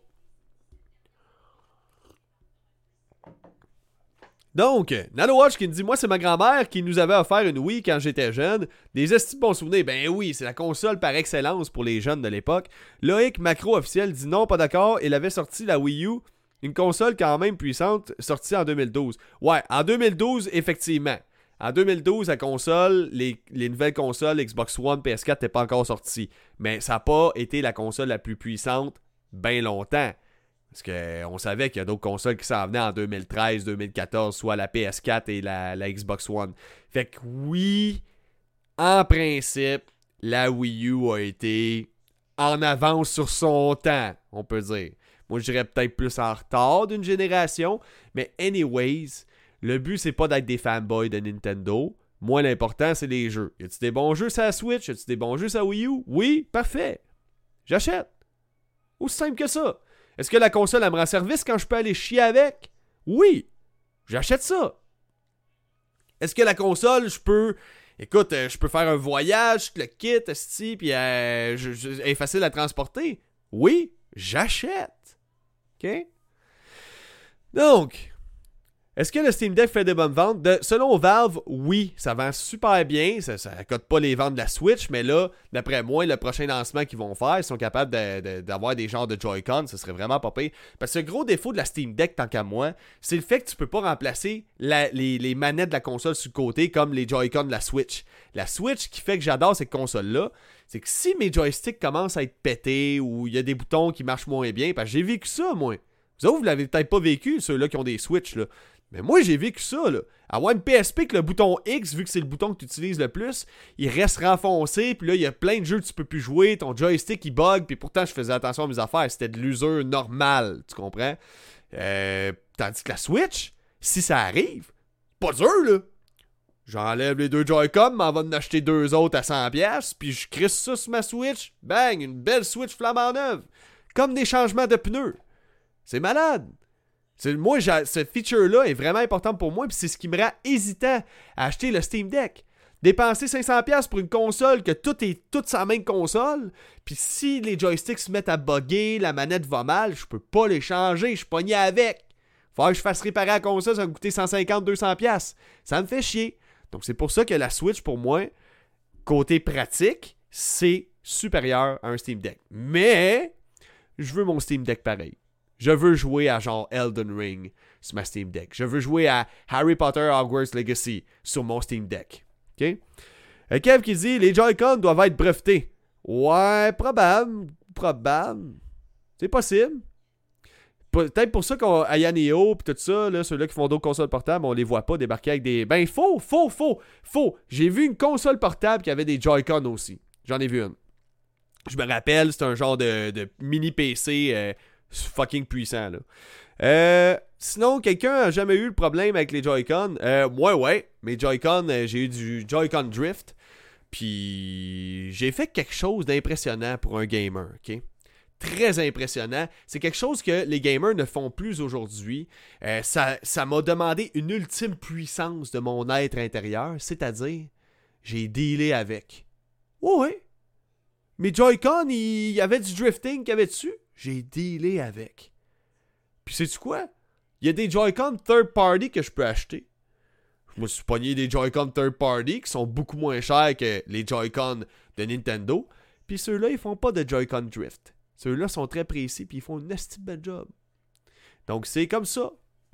Donc, NanoWatch qui nous dit, moi c'est ma grand-mère qui nous avait offert une Wii quand j'étais jeune. Des esti de bons souvenirs. Ben oui, c'est la console par excellence pour les jeunes de l'époque. Loïc Macro officiel dit non, pas d'accord. Il avait sorti la Wii U, une console quand même puissante, sortie en deux mille douze. Ouais, en deux mille douze, effectivement. En deux mille douze, la console, les, les nouvelles consoles Xbox One, P S quatre n'étaient pas encore sorties. Mais ça n'a pas été la console la plus puissante bien longtemps. Parce qu'on savait qu'il y a d'autres consoles qui s'en venaient en deux mille treize, deux mille quatorze, soit la P S quatre et la, la Xbox One. Fait que oui, en principe, la Wii U a été en avance sur son temps, on peut dire. Moi, je dirais peut-être plus en retard d'une génération, mais anyways, le but, c'est pas d'être des fanboys de Nintendo. Moi, l'important, c'est les jeux. Y a-tu des bons jeux sur la Switch? Y a-tu des bons jeux sur la Wii U? Oui, parfait. J'achète. Aussi simple que ça. Est-ce que la console, elle me rend service quand je peux aller chier avec? Oui. J'achète ça. Est-ce que la console, je peux... Écoute, euh, je peux faire un voyage, je le quitte, esti, puis euh, je, je, elle est facile à transporter? Oui, j'achète. OK? Donc... Est-ce que le Steam Deck fait de bonnes ventes? De, selon Valve, oui, ça vend super bien. Ça ne cote pas les ventes de la Switch, mais là, d'après moi, le prochain lancement qu'ils vont faire, ils sont capables de, de, d'avoir des genres de Joy-Con. Ce serait vraiment pas pire. Parce que le gros défaut de la Steam Deck, tant qu'à moi, c'est le fait que tu peux pas remplacer la, les, les manettes de la console sur le côté comme les Joy-Con de la Switch. La Switch, qui fait que j'adore cette console-là, c'est que si mes joysticks commencent à être pétés ou il y a des boutons qui marchent moins bien, parce que j'ai vécu ça, moi. Vous autres, vous l'avez peut-être pas vécu, ceux-là qui ont des Switch, là. Mais moi, j'ai vécu ça, là. Avoir une P S P que le bouton X, vu que c'est le bouton que tu utilises le plus, il reste renfoncé, puis là, il y a plein de jeux que tu peux plus jouer, ton joystick, il bug, puis pourtant, je faisais attention à mes affaires. C'était de l'usure normale, tu comprends? Euh, tandis que la Switch, si ça arrive, pas dur, là. J'enlève les deux Joy-Con, m'en va en acheter deux autres à cent dollars, puis je crisse ça sur ma Switch. Bang, une belle Switch flambant neuve. Comme des changements de pneus. C'est malade. C'est, moi, j'ai, ce feature-là est vraiment important pour moi, puis c'est ce qui me rend hésitant à acheter le Steam Deck. Dépenser cinq cents dollars pour une console que tout est toute sa même console, puis si les joysticks se mettent à bugger, la manette va mal, je peux pas les changer, je suis pogné avec. Faut que je fasse réparer la console, ça va me coûter cent cinquante à deux cents dollars. Ça me fait chier. Donc c'est pour ça que la Switch, pour moi, côté pratique, c'est supérieur à un Steam Deck. Mais, je veux mon Steam Deck pareil. Je veux jouer à genre Elden Ring sur ma Steam Deck. Je veux jouer à Harry Potter Hogwarts Legacy sur mon Steam Deck. OK? Euh, Kev qui dit, les Joy-Con doivent être brevetés. Ouais, probable. Probable. C'est possible. Peut-être pour ça qu'à Yaneo pis tout ça, là, ceux-là qui font d'autres consoles portables, on les voit pas débarquer avec des... Ben, faux, faux, faux, faux. J'ai vu une console portable qui avait des Joy-Con aussi. J'en ai vu une. Je me rappelle, c'est un genre de, de mini P C euh, fucking puissant, là. Euh, sinon, quelqu'un a jamais eu le problème avec les Joy-Con? Euh, moi, ouais. Mes Joy-Con, euh, j'ai eu du Joy-Con Drift. Puis, j'ai fait quelque chose d'impressionnant pour un gamer, ok? Très impressionnant. C'est quelque chose que les gamers ne font plus aujourd'hui. Euh, ça, ça m'a demandé une ultime puissance de mon être intérieur, c'est-à-dire, j'ai dealé avec. Oh, ouais. Mes Joy-Con, il y avait du drifting qu'il y avait dessus. J'ai dealé avec. Puis sais-tu quoi? Il y a des Joy-Con third party que je peux acheter. Je me suis pogné des Joy-Con third party qui sont beaucoup moins chers que les Joy-Con de Nintendo. Puis ceux-là, ils font pas de Joy-Con drift. Ceux-là sont très précis puis ils font une esti belle job. Donc c'est comme ça.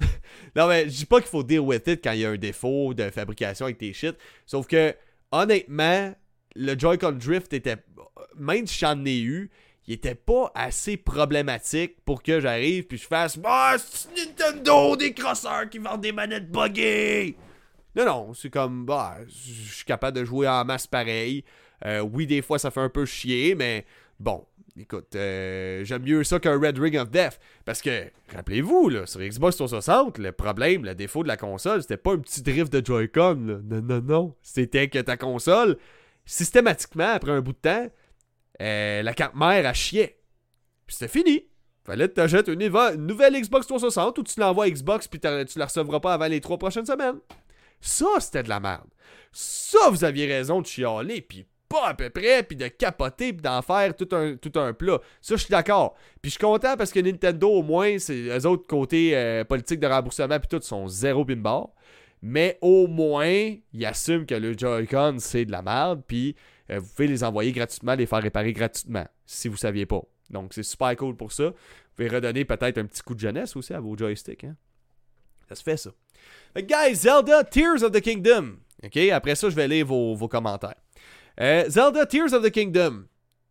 Non mais je dis pas qu'il faut deal with it quand il y a un défaut de fabrication avec tes shit. Sauf que honnêtement, le Joy-Con drift était, même si j'en ai eu, il était pas assez problématique pour que j'arrive puis je fasse ah, c'est Nintendo, des crosseurs qui vendent des manettes buggées. Non, non, c'est comme bah, je suis capable de jouer en masse pareil. Euh, oui, des fois ça fait un peu chier, mais bon, écoute, euh, j'aime mieux ça qu'un Red Ring of Death. Parce que, rappelez-vous, là, sur Xbox trois cent soixante, le problème, le défaut de la console, c'était pas un petit drift de Joy-Con, là. Non, non, non. C'était que ta console, systématiquement, après un bout de temps, euh, la carte mère, elle chiait. Puis c'était fini. Fallait que t'achètes une, éva- une nouvelle Xbox trois cent soixante ou tu l'envoies à Xbox puis tu la recevras pas avant les trois prochaines semaines. Ça, c'était de la merde. Ça, vous aviez raison de chialer, puis pas à peu près, puis de capoter, puis d'en faire tout un, tout un plat. Ça, je suis d'accord. Puis je suis content parce que Nintendo, au moins, c'est eux autres côtés euh, politique de remboursement, puis tout, sont zéro pin bar. Mais au moins, ils assument que le Joy-Con, c'est de la merde, puis euh, vous pouvez les envoyer gratuitement, les faire réparer gratuitement, si vous saviez pas. Donc, c'est super cool pour ça. Vous pouvez redonner peut-être un petit coup de jeunesse aussi à vos joysticks. Hein? Ça se fait, ça. Fait que, guys, Zelda Tears of the Kingdom. OK? Après ça, je vais lire vos, vos commentaires. Euh, Zelda Tears of the Kingdom.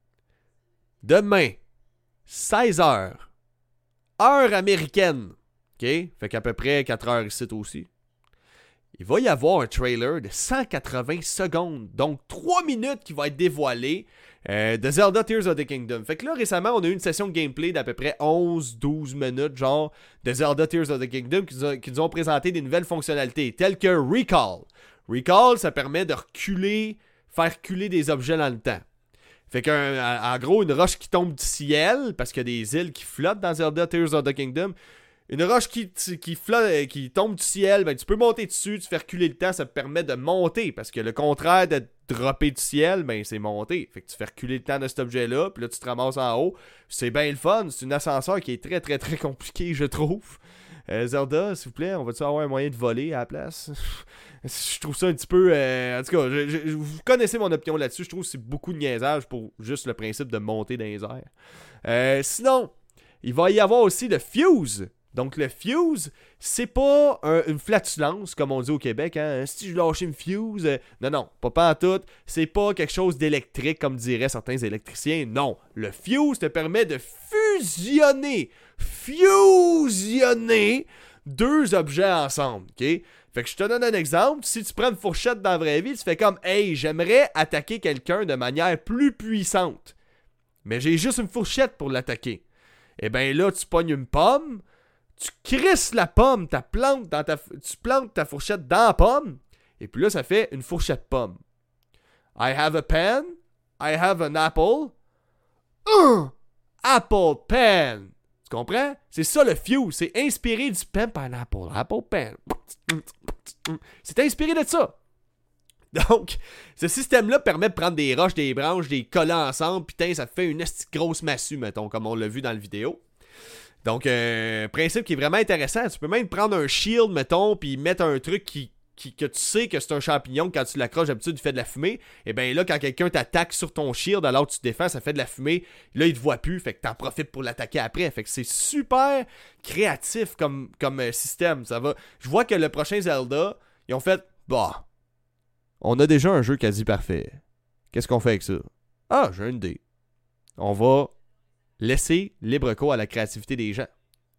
Demain, seize heures. Heure américaine. OK? Fait qu'à peu près quatre heures ici aussi. Il va y avoir un trailer de cent quatre-vingts secondes. Donc, trois minutes qui va être dévoilé euh, de Zelda Tears of the Kingdom. Fait que là, récemment, on a eu une session de gameplay d'à peu près onze douze minutes, genre, de Zelda Tears of the Kingdom qui nous, a, qui nous ont présenté des nouvelles fonctionnalités, telles que Recall. Recall, ça permet de reculer, faire reculer des objets dans le temps. Fait qu'en gros, une roche qui tombe du ciel, parce qu'il y a des îles qui flottent dans Zelda Tears of the Kingdom, une roche qui, qui, flotte, qui tombe du ciel, ben, tu peux monter dessus, tu fais reculer le temps, ça te permet de monter, parce que le contraire de dropper du ciel, ben c'est monter. Fait que tu fais reculer le temps de cet objet-là, puis là tu te ramasses en haut. C'est bien le fun, c'est une ascenseur qui est très très très compliqué, je trouve. Euh, Zelda, s'il vous plaît, on va-tu avoir un moyen de voler à la place? Je trouve ça un petit peu... Euh, en tout cas, je, je, vous connaissez mon opinion là-dessus, je trouve que c'est beaucoup de niaisage pour juste le principe de monter dans les airs. Euh, sinon, il va y avoir aussi le Fuse. Donc, le fuse, c'est pas un, une flatulence, comme on dit au Québec. Hein? Si je lâche une fuse, euh, non, non, pas pas en tout. C'est pas quelque chose d'électrique, comme diraient certains électriciens. Non, le fuse te permet de fusionner, fusionner deux objets ensemble, ok? Fait que je te donne un exemple. Si tu prends une fourchette dans la vraie vie, tu fais comme, hey, j'aimerais attaquer quelqu'un de manière plus puissante. Mais j'ai juste une fourchette pour l'attaquer. Et bien là, tu pognes une pomme. Tu crisses la pomme, ta plante dans ta, tu plantes ta fourchette dans la pomme, et puis là, ça fait une fourchette pomme. I have a pen, I have an apple, uh, apple pen. Tu comprends? C'est ça le fuse, c'est inspiré du pen pineapple, apple pen. C'est inspiré de ça. Donc, ce système-là permet de prendre des roches, des branches, des coller ensemble, putain, ça fait une esti grosse massue, mettons, comme on l'a vu dans la vidéo. Donc, euh, principe qui est vraiment intéressant. Tu peux même prendre un shield, mettons, puis mettre un truc qui, qui, que tu sais que c'est un champignon. Quand tu l'accroches, d'habitude, il fait de la fumée. Et bien là, quand quelqu'un t'attaque sur ton shield, alors que tu te défends, ça fait de la fumée. Là, il te voit plus, fait que t'en profites pour l'attaquer après. Fait que c'est super créatif comme, comme euh, système. Ça va. Je vois que le prochain Zelda, ils ont fait, bah, on a déjà un jeu quasi parfait. Qu'est-ce qu'on fait avec ça? Ah, j'ai une idée. On va laisser libre cours à la créativité des gens.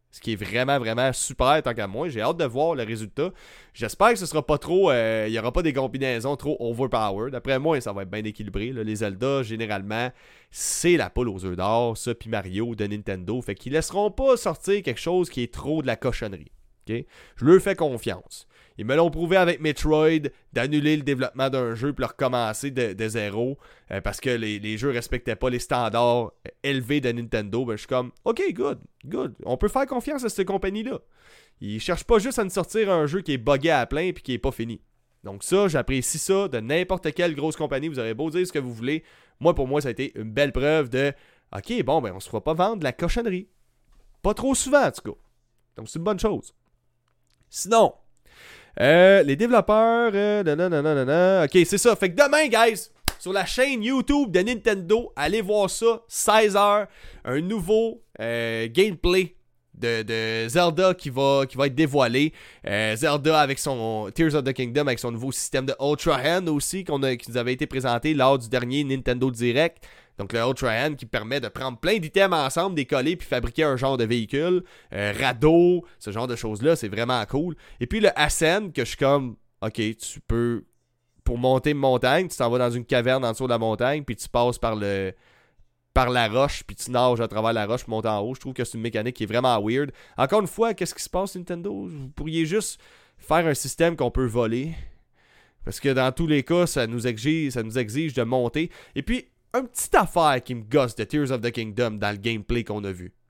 Ce qui est vraiment, vraiment super tant qu'à moi. J'ai hâte de voir le résultat. J'espère que ce sera pas trop... Il euh, n'y aura pas des combinaisons trop overpowered. D'après moi, ça va être bien équilibré. Là. Les Zelda, généralement, c'est la poule aux œufs d'or. Ça, puis Mario de Nintendo. Fait qu'ils laisseront pas sortir quelque chose qui est trop de la cochonnerie. Okay? Je leur fais confiance. Ils me l'ont prouvé avec Metroid, d'annuler le développement d'un jeu puis le recommencer de, de zéro euh, parce que les, les jeux respectaient pas les standards élevés de Nintendo. Ben, je suis comme, ok, good, good. On peut faire confiance à cette compagnie-là. Ils cherchent pas juste à nous sortir un jeu qui est buggé à plein puis qui est pas fini. Donc ça, j'apprécie ça de n'importe quelle grosse compagnie. Vous aurez beau dire ce que vous voulez. Moi, pour moi, ça a été une belle preuve de, ok, bon, ben on se fera pas vendre de la cochonnerie. Pas trop souvent, en tout cas. Donc c'est une bonne chose. Sinon... Euh, les développeurs... Euh, nanana, nanana. Ok, c'est ça. Fait que demain, guys, sur la chaîne YouTube de Nintendo, allez voir ça, seize heures, un nouveau euh, gameplay de, de Zelda qui va, qui va être dévoilé. Euh, Zelda avec son Tears of the Kingdom, avec son nouveau système de Ultra Hand aussi, qu'on a, qui nous avait été présenté lors du dernier Nintendo Direct. Donc le Ultra Hand qui permet de prendre plein d'items ensemble, décoller puis fabriquer un genre de véhicule, euh, radeau, ce genre de choses-là, c'est vraiment cool. Et puis le Ascend, que je suis comme, ok, tu peux, pour monter une montagne, tu t'en vas dans une caverne en dessous de la montagne, puis tu passes par le par la roche, puis tu nages à travers la roche pour monter en haut. Je trouve que c'est une mécanique qui est vraiment weird. Encore une fois, qu'est-ce qui se passe Nintendo? Vous pourriez juste faire un système qu'on peut voler. Parce que dans tous les cas, ça nous exige, ça nous exige de monter. Et puis, une petite affaire qui me gosse de Tears of the Kingdom dans le gameplay qu'on a vu.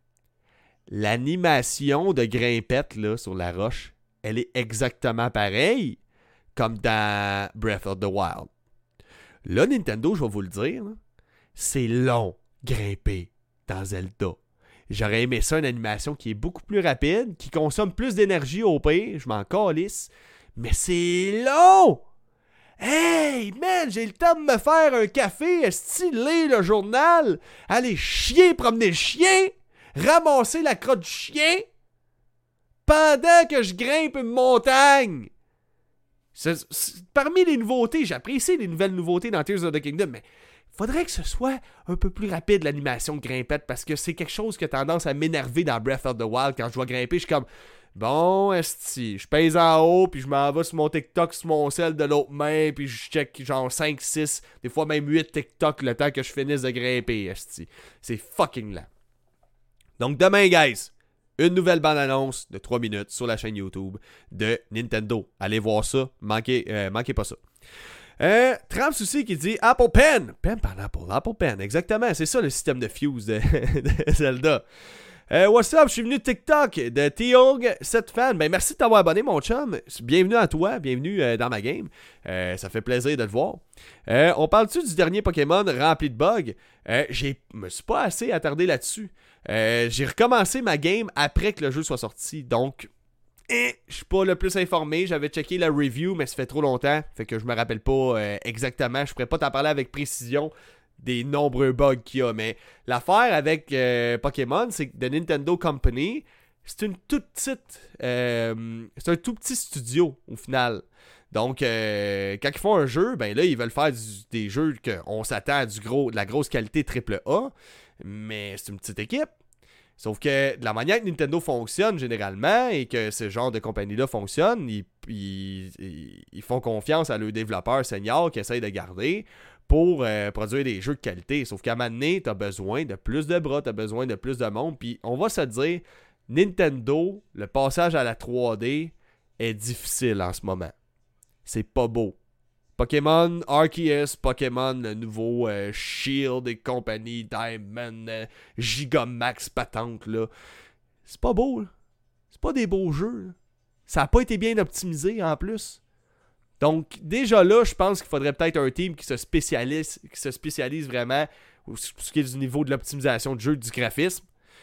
L'animation de grimpette là, sur la roche, elle est exactement pareille comme dans Breath of the Wild. Là, Nintendo, je vais vous le dire, là, c'est long grimper dans Zelda. J'aurais aimé ça, une animation qui est beaucoup plus rapide, qui consomme plus d'énergie au pire, je m'en calisse, mais c'est long! Hey, man, j'ai le temps de me faire un café, styler le journal, aller chier, promener le chien, ramasser la crotte du chien, pendant que je grimpe une montagne. C'est, c'est, parmi les nouveautés, j'apprécie les nouvelles nouveautés dans Tears of the Kingdom, mais faudrait que ce soit un peu plus rapide l'animation de grimpette, parce que c'est quelque chose qui a tendance à m'énerver dans Breath of the Wild. Quand je vois grimper, je suis comme... Bon, esti, je pèse en haut, puis je m'en vais sur mon TikTok, sur mon sel de l'autre main, puis je check genre cinq, six, des fois même huit TikTok le temps que je finisse de grimper, esti. C'est fucking lent. Donc demain, guys, une nouvelle bande-annonce de trois minutes sur la chaîne YouTube de Nintendo. Allez voir ça, manquez, euh, manquez pas ça. Euh, Tramps aussi qui dit Apple Pen. Pen par Apple, Apple Pen, exactement, c'est ça le système de fuse de, de Zelda. Euh, what's up, je suis venu de TikTok de T-Hog sept fan. Ben merci de t'avoir abonné mon chum. Bienvenue à toi, bienvenue euh, dans ma game. Euh, ça fait plaisir de te voir. Euh, on parle-tu du dernier Pokémon rempli de bugs? Euh, j'ai me suis pas assez attardé là-dessus. Euh, j'ai recommencé ma game après que le jeu soit sorti. Donc, eh, je suis pas le plus informé. J'avais checké la review, mais ça fait trop longtemps. Fait que je me rappelle pas euh, exactement. Je pourrais pas t'en parler avec précision des nombreux bugs qu'il y a, mais l'affaire avec euh, Pokémon, c'est que The Nintendo Company, c'est une toute petite euh, c'est un tout petit studio au final. Donc euh, quand ils font un jeu, ben là ils veulent faire du, des jeux qu'on s'attend à du gros, de la grosse qualité triple A, mais c'est une petite équipe. Sauf que de la manière que Nintendo fonctionne généralement et que ce genre de compagnie-là fonctionne, ils, ils, ils font confiance à leurs développeurs seniors qui essayent de garder pour euh, produire des jeux de qualité. Sauf qu'à un moment donné, t'as besoin de plus de bras, t'as besoin de plus de monde. Puis on va se dire, Nintendo, le passage à la trois D est difficile en ce moment. C'est pas beau. Pokémon Arceus, Pokémon le nouveau euh, Shield et compagnie, Diamond, euh, Gigamax patente, là. C'est pas beau, là. C'est pas des beaux jeux, là. Ça a pas été bien optimisé en plus. Donc, déjà là, je pense qu'il faudrait peut-être un team qui se spécialise, qui se spécialise vraiment pour ce qui est du niveau de l'optimisation de jeu, du graphisme.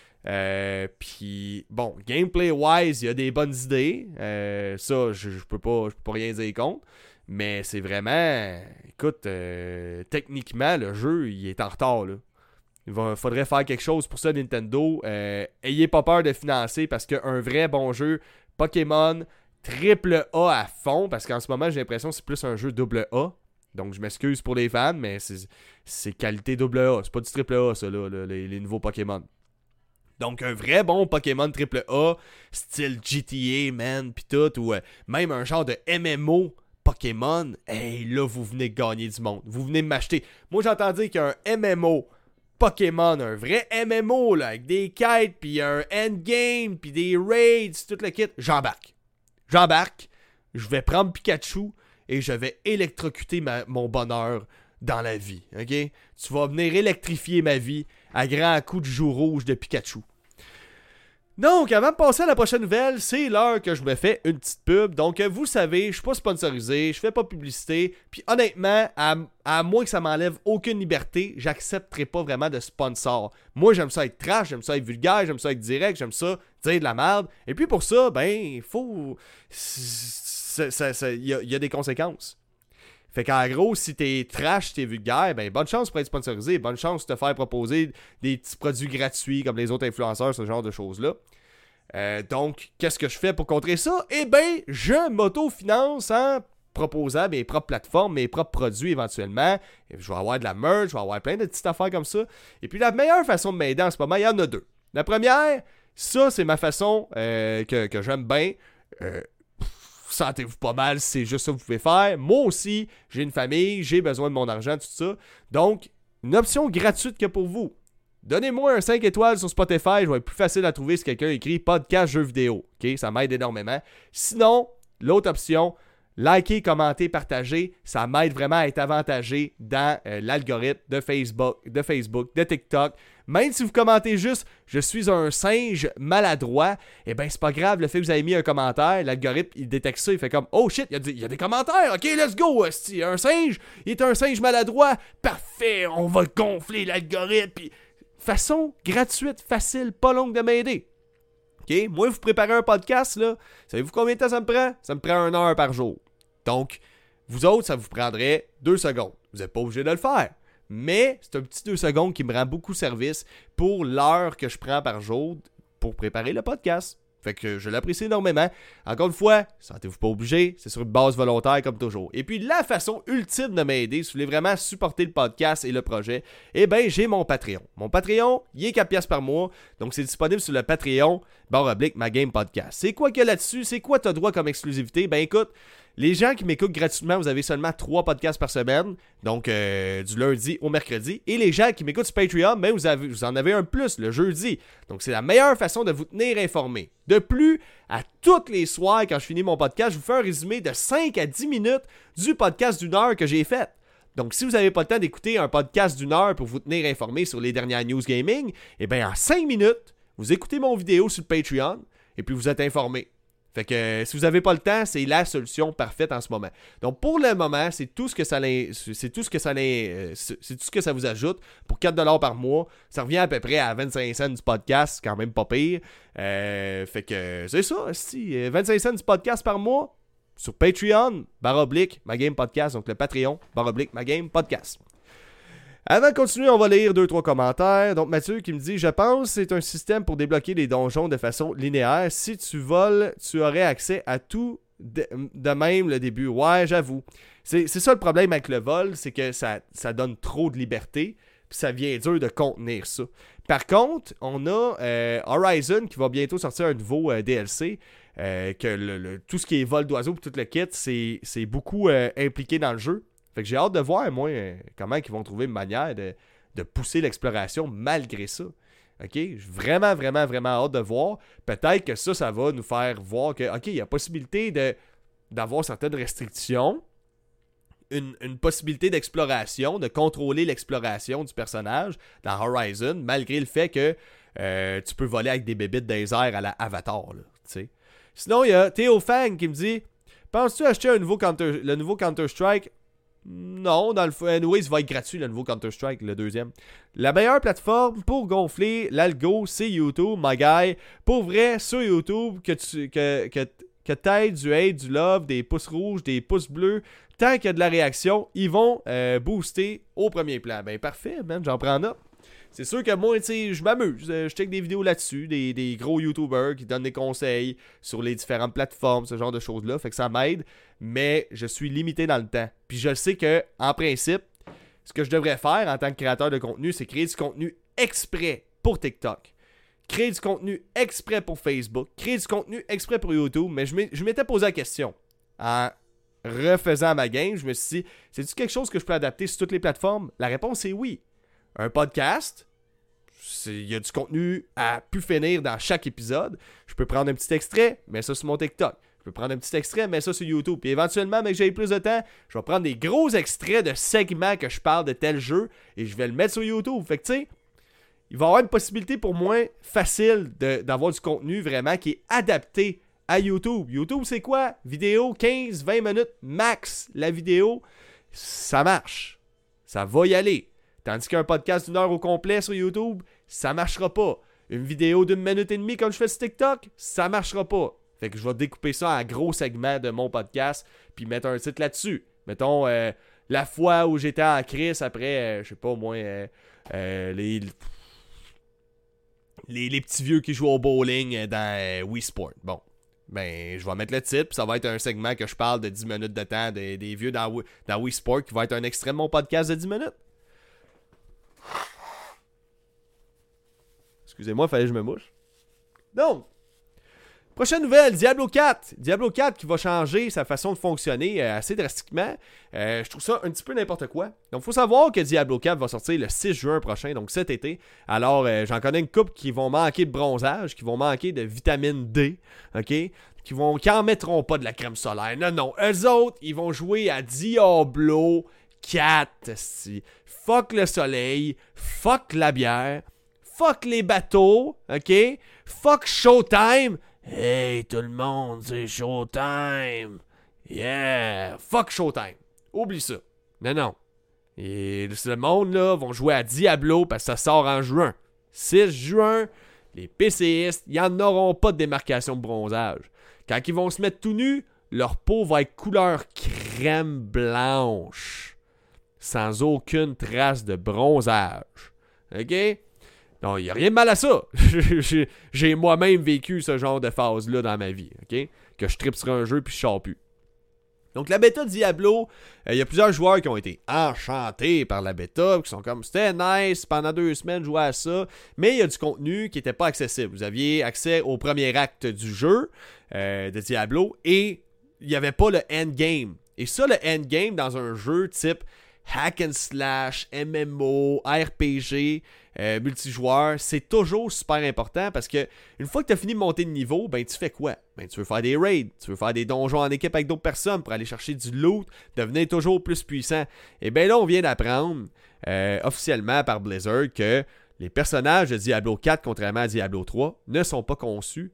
Euh, Puis, bon, gameplay-wise, il y a des bonnes idées. Euh, ça, je, je peux pas, je peux pas rien dire contre. Mais c'est vraiment... Écoute, euh, techniquement, le jeu, il est en retard, là. Il va, faudrait faire quelque chose pour ça, Nintendo. Euh, ayez pas peur de financer parce qu'un vrai bon jeu Pokémon... Triple A à fond, parce qu'en ce moment, j'ai l'impression que c'est plus un jeu double A. Donc, je m'excuse pour les fans, mais c'est, c'est qualité double A. C'est pas du triple A, ça, là, les, les nouveaux Pokémon. Donc, un vrai bon Pokémon triple A, style G T A, man, pis tout, ou euh, même un genre de M M O Pokémon, hey, là, vous venez gagner du monde. Vous venez m'acheter. Moi, j'entends dire qu'il y a un M M O Pokémon, un vrai M M O, là, avec des quêtes, pis un endgame, pis des raids, tout le kit. J'embarque. J'embarque. Je vais prendre Pikachu et je vais électrocuter ma, mon bonheur dans la vie, ok? Tu vas venir électrifier ma vie à grands coups de joue rouge de Pikachu. Donc, avant de passer à la prochaine nouvelle, c'est l'heure que je me fais une petite pub. Donc, vous savez, je suis pas sponsorisé, je fais pas publicité. Puis honnêtement, à, à moins que ça m'enlève aucune liberté, j'accepterai pas vraiment de sponsor. Moi, j'aime ça être trash, j'aime ça être vulgaire, j'aime ça être direct, j'aime ça dire de la merde. Et puis pour ça, ben, il faut... Il y, y a des conséquences. Fait qu'en gros, si t'es trash, t'es vulgaire, ben bonne chance pour être sponsorisé, bonne chance de te faire proposer des petits produits gratuits comme les autres influenceurs, ce genre de choses-là. Euh, donc, qu'est-ce que je fais pour contrer ça? Eh ben, je m'auto-finance en proposant mes propres plateformes, mes propres produits éventuellement. Et je vais avoir de la merch, je vais avoir plein de petites affaires comme ça. Et puis la meilleure façon de m'aider en ce moment, il y en a deux. La première, ça c'est ma façon euh, que, que j'aime bien. Euh, Sentez-vous pas mal, c'est juste ça que vous pouvez faire. Moi aussi, j'ai une famille, j'ai besoin de mon argent, tout ça. Donc, une option gratuite que pour vous. Donnez-moi un cinq étoiles sur Spotify, je vais être plus facile à trouver si quelqu'un écrit podcast jeux vidéo. Ok, ça m'aide énormément. Sinon, l'autre option, likez, commentez, partagez, ça m'aide vraiment à être avantagé dans euh, l'algorithme de Facebook, de Facebook, de TikTok. Même si vous commentez juste « Je suis un singe maladroit », eh ben c'est pas grave, le fait que vous avez mis un commentaire, l'algorithme, il détecte ça, il fait comme « Oh shit, il y a des, il y a des commentaires, ok, let's go, esti, un singe, il est un singe maladroit, parfait, on va gonfler l'algorithme. » Puis façon gratuite, facile, pas longue de m'aider. Ok, moi, vous préparez un podcast, là, savez-vous combien de temps ça me prend? Ça me prend une heure par jour. Donc, vous autres, ça vous prendrait deux secondes. Vous n'êtes pas obligé de le faire. Mais c'est un petit deux secondes qui me rend beaucoup service pour l'heure que je prends par jour pour préparer le podcast. Fait que je l'apprécie énormément. Encore une fois, sentez-vous pas obligé, c'est sur une base volontaire comme toujours. Et puis la façon ultime de m'aider, si vous voulez vraiment supporter le podcast et le projet, eh bien j'ai mon Patreon. Mon Patreon, il est quatre piastres par mois, donc c'est disponible sur le Patreon, barre oblique, ma game podcast. C'est quoi qu'il y a là-dessus? C'est quoi t'as droit comme exclusivité? Ben écoute, les gens qui m'écoutent gratuitement, vous avez seulement trois podcasts par semaine, donc euh, du lundi au mercredi. Et les gens qui m'écoutent sur Patreon, ben vous, avez, vous en avez un plus le jeudi. Donc c'est la meilleure façon de vous tenir informé. De plus, à tous les soirs, quand je finis mon podcast, je vous fais un résumé de cinq à dix minutes du podcast d'une heure que j'ai fait. Donc si vous n'avez pas le temps d'écouter un podcast d'une heure pour vous tenir informé sur les dernières news gaming, eh bien en cinq minutes, vous écoutez mon vidéo sur le Patreon et puis vous êtes informé. Fait que euh, si vous n'avez pas le temps, c'est la solution parfaite en ce moment. Donc pour le moment, c'est tout ce que ça c'est tout ce que ça euh, c'est tout ce que ça vous ajoute pour quatre dollars par mois. Ça revient à peu près à vingt-cinq cents du podcast, quand même pas pire. Euh, fait que c'est ça, si vingt-cinq cents du podcast par mois sur Patreon, barre oblique, ma game podcast, donc le Patreon, barre oblique, ma game podcast. Avant de continuer, on va lire deux trois commentaires. Donc Mathieu qui me dit « Je pense que c'est un système pour débloquer les donjons de façon linéaire. Si tu voles, tu aurais accès à tout de, de même le début. » Ouais, j'avoue. C'est, c'est ça le problème avec le vol, c'est que ça, ça donne trop de liberté, puis ça vient dur de contenir ça. Par contre, on a euh, Horizon qui va bientôt sortir un nouveau euh, D L C. Euh, que le, le, tout ce qui est vol d'oiseaux et tout le kit, c'est, c'est beaucoup euh, impliqué dans le jeu. Fait que j'ai hâte de voir, moi, comment ils vont trouver une manière de, de pousser l'exploration malgré ça. OK? J'ai vraiment, vraiment, vraiment hâte de voir. Peut-être que ça, ça va nous faire voir que, OK, il y a possibilité de, d'avoir certaines restrictions, une, une possibilité d'exploration, de contrôler l'exploration du personnage dans Horizon, malgré le fait que euh, tu peux voler avec des bébites des airs à la Avatar, là, tu sais. Sinon, il y a Théo Fang qui me dit « Penses-tu acheter un nouveau Counter, le nouveau Counter-Strike ?» Non, dans le fond, anyway, il va être gratuit le nouveau Counter-Strike, le deuxième. La meilleure plateforme pour gonfler l'algo, c'est YouTube, my guy. Pour vrai, sur YouTube, que tu que, que, que t'aies du hate, du love, des pouces rouges, des pouces bleus, tant qu'il y a de la réaction, ils vont euh, booster au premier plan. Ben parfait, man, j'en prends note. C'est sûr que moi, tu sais, je m'amuse. Je check des vidéos là-dessus, des, des gros YouTubers qui donnent des conseils sur les différentes plateformes, ce genre de choses-là. Fait que ça m'aide, mais je suis limité dans le temps. Puis je sais que, en principe, ce que je devrais faire en tant que créateur de contenu, c'est créer du contenu exprès pour TikTok. créer du contenu exprès pour Facebook, créer du contenu exprès pour YouTube, mais je m'é- je m'étais posé la question. En refaisant ma game, je me suis dit, c'est-tu quelque chose que je peux adapter sur toutes les plateformes? La réponse est oui. Un podcast, il y a du contenu à pu finir dans chaque épisode. Je peux prendre un petit extrait, mettre ça sur mon TikTok. Je peux prendre un petit extrait, mettre ça sur YouTube. Puis éventuellement, mais que j'ai plus de temps, je vais prendre des gros extraits de segments que je parle de tel jeu et je vais le mettre sur YouTube. Fait que tu sais, il va y avoir une possibilité pour moi facile de, d'avoir du contenu vraiment qui est adapté à YouTube. YouTube, c'est quoi? Vidéo, quinze vingt minutes max. La vidéo, ça marche. Ça va y aller. Tandis qu'un podcast d'une heure au complet sur YouTube, ça marchera pas. Une vidéo d'une minute et demie comme je fais sur TikTok, ça marchera pas. Fait que je vais découper ça en gros segments de mon podcast puis mettre un titre là-dessus. Mettons, euh, la fois où j'étais en crise après, euh, je sais pas, au moins, euh, euh, les... Les, les petits vieux qui jouent au bowling dans euh, Wii Sport. Bon, ben, je vais mettre le titre, puis ça va être un segment que je parle de dix minutes de temps des, des vieux dans, dans Wii Sport, qui va être un extrait de mon podcast de dix minutes. Excusez-moi, fallait que je me mouche. Donc, prochaine nouvelle, Diablo quatre. Diablo quatre qui va changer sa façon de fonctionner euh, assez drastiquement. Euh, je trouve ça un petit peu n'importe quoi. Donc, il faut savoir que Diablo quatre va sortir le six juin prochain, donc cet été. Alors, euh, j'en connais une couple qui vont manquer de bronzage, qui vont manquer de vitamine D, ok? Qui vont, qui en mettront pas de la crème solaire. Non, non. Eux autres, ils vont jouer à Diablo quatre. Si. Fuck le soleil, fuck la bière, fuck les bateaux, ok? Fuck Showtime. Hey tout le monde, c'est Showtime. Yeah. Fuck Showtime. Oublie ça. Non, non. Et le monde, là, vont jouer à Diablo parce que ça sort en juin. six juin, les PCistes, ils n'en auront pas de démarcation de bronzage. Quand ils vont se mettre tout nus, leur peau va être couleur crème blanche. Sans aucune trace de bronzage. OK? Non, il n'y a rien de mal à ça. j'ai, j'ai moi-même vécu ce genre de phase-là dans ma vie. OK? Que je tripe sur un jeu puis je sors plus. Donc la bêta de Diablo, il euh, y a plusieurs joueurs qui ont été enchantés par la bêta, qui sont comme c'était nice, pendant deux semaines jouer à ça, mais il y a du contenu qui n'était pas accessible. Vous aviez accès au premier acte du jeu euh, de Diablo et il n'y avait pas le endgame. Et ça, le endgame dans un jeu type hack and slash, M M O, R P G, euh, multijoueur, c'est toujours super important parce que une fois que tu as fini de monter de niveau, ben tu fais quoi? Ben tu veux faire des raids, tu veux faire des donjons en équipe avec d'autres personnes pour aller chercher du loot, devenir toujours plus puissant. Et bien là, on vient d'apprendre euh, officiellement par Blizzard que les personnages de Diablo quatre, contrairement à Diablo trois, ne sont pas conçus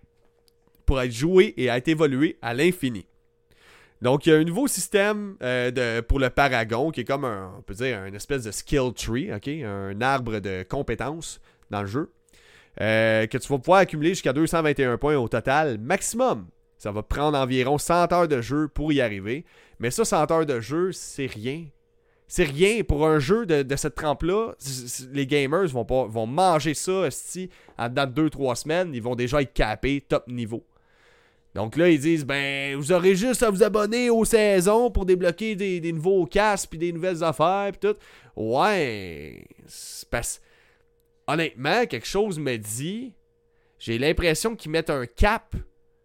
pour être joués et être évolués à l'infini. Donc, il y a un nouveau système euh, de, pour le Paragon qui est comme un, on peut dire, une espèce de skill tree, ok, un arbre de compétences dans le jeu, euh, que tu vas pouvoir accumuler jusqu'à deux cent vingt et un points au total maximum. Ça va prendre environ cent heures de jeu pour y arriver. Mais ça, cent heures de jeu, c'est rien. C'est rien pour un jeu de, de cette trempe-là. Les gamers vont, pas, vont manger ça esti, en dedans de deux trois semaines. Ils vont déjà être capés top niveau. Donc là, ils disent, ben, vous aurez juste à vous abonner aux saisons pour débloquer des, des nouveaux casques puis des nouvelles affaires puis tout. Ouais, c'est parce... Honnêtement, quelque chose me dit, j'ai l'impression qu'ils mettent un cap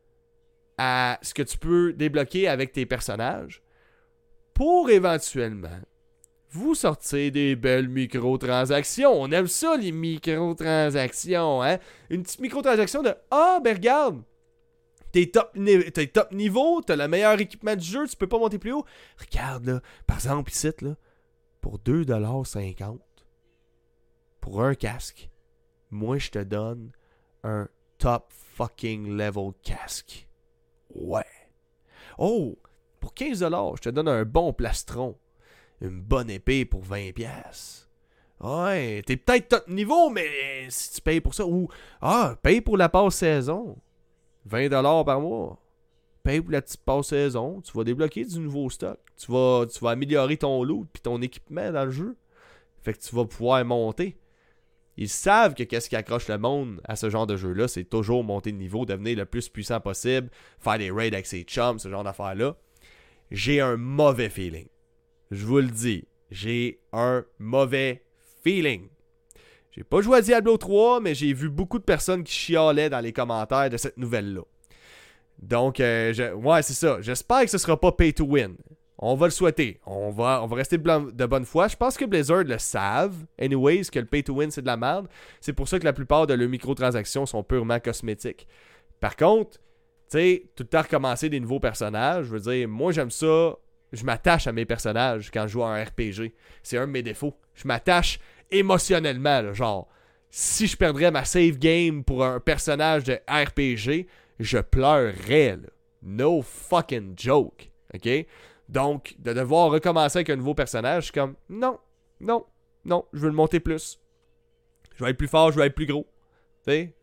à ce que tu peux débloquer avec tes personnages pour éventuellement vous sortir des belles microtransactions. On aime ça, les microtransactions, hein? Une petite microtransaction de, ah, ben regarde, T'es top, t'es top niveau, t'as le meilleur équipement du jeu, tu peux pas monter plus haut. Regarde là, par exemple ici là, pour deux dollars cinquante pour un casque, moi je te donne un top fucking level casque. Ouais. Oh, pour quinze dollars, je te donne un bon plastron, une bonne épée pour vingt pièces. Ouais, t'es peut-être top niveau, mais si tu payes pour ça, ou ah, paye pour la passe saison. vingt dollars par mois. Paye pour la petite passe saison. Tu vas débloquer du nouveau stock. Tu vas, tu vas améliorer ton loot et ton équipement dans le jeu. Fait que tu vas pouvoir monter. Ils savent que qu'est-ce qui accroche le monde à ce genre de jeu-là, c'est toujours monter de niveau, devenir le plus puissant possible, faire des raids avec ses chums, ce genre d'affaires-là. J'ai un mauvais feeling. Je vous le dis. J'ai un mauvais feeling. J'ai pas joué à Diablo trois, mais j'ai vu beaucoup de personnes qui chialaient dans les commentaires de cette nouvelle-là. Donc, euh, je, ouais, c'est ça. J'espère que ce sera pas pay to win. On va le souhaiter. On va, on va rester de bonne foi. Je pense que Blizzard le savent. Anyways, que le pay to win, c'est de la merde. C'est pour ça que la plupart de leurs microtransactions sont purement cosmétiques. Par contre, tu sais, tout le temps recommencer des nouveaux personnages, je veux dire, moi, j'aime ça. Je m'attache à mes personnages quand je joue à un R P G. C'est un de mes défauts. Je m'attache émotionnellement, là, genre, si je perdrais ma save game pour un personnage de R P G, je pleurerais, là. No fucking joke, ok? Donc, de devoir recommencer avec un nouveau personnage, je suis comme, non, non, non, je veux le monter plus. Je vais être plus fort, je vais être plus gros. Tu sais?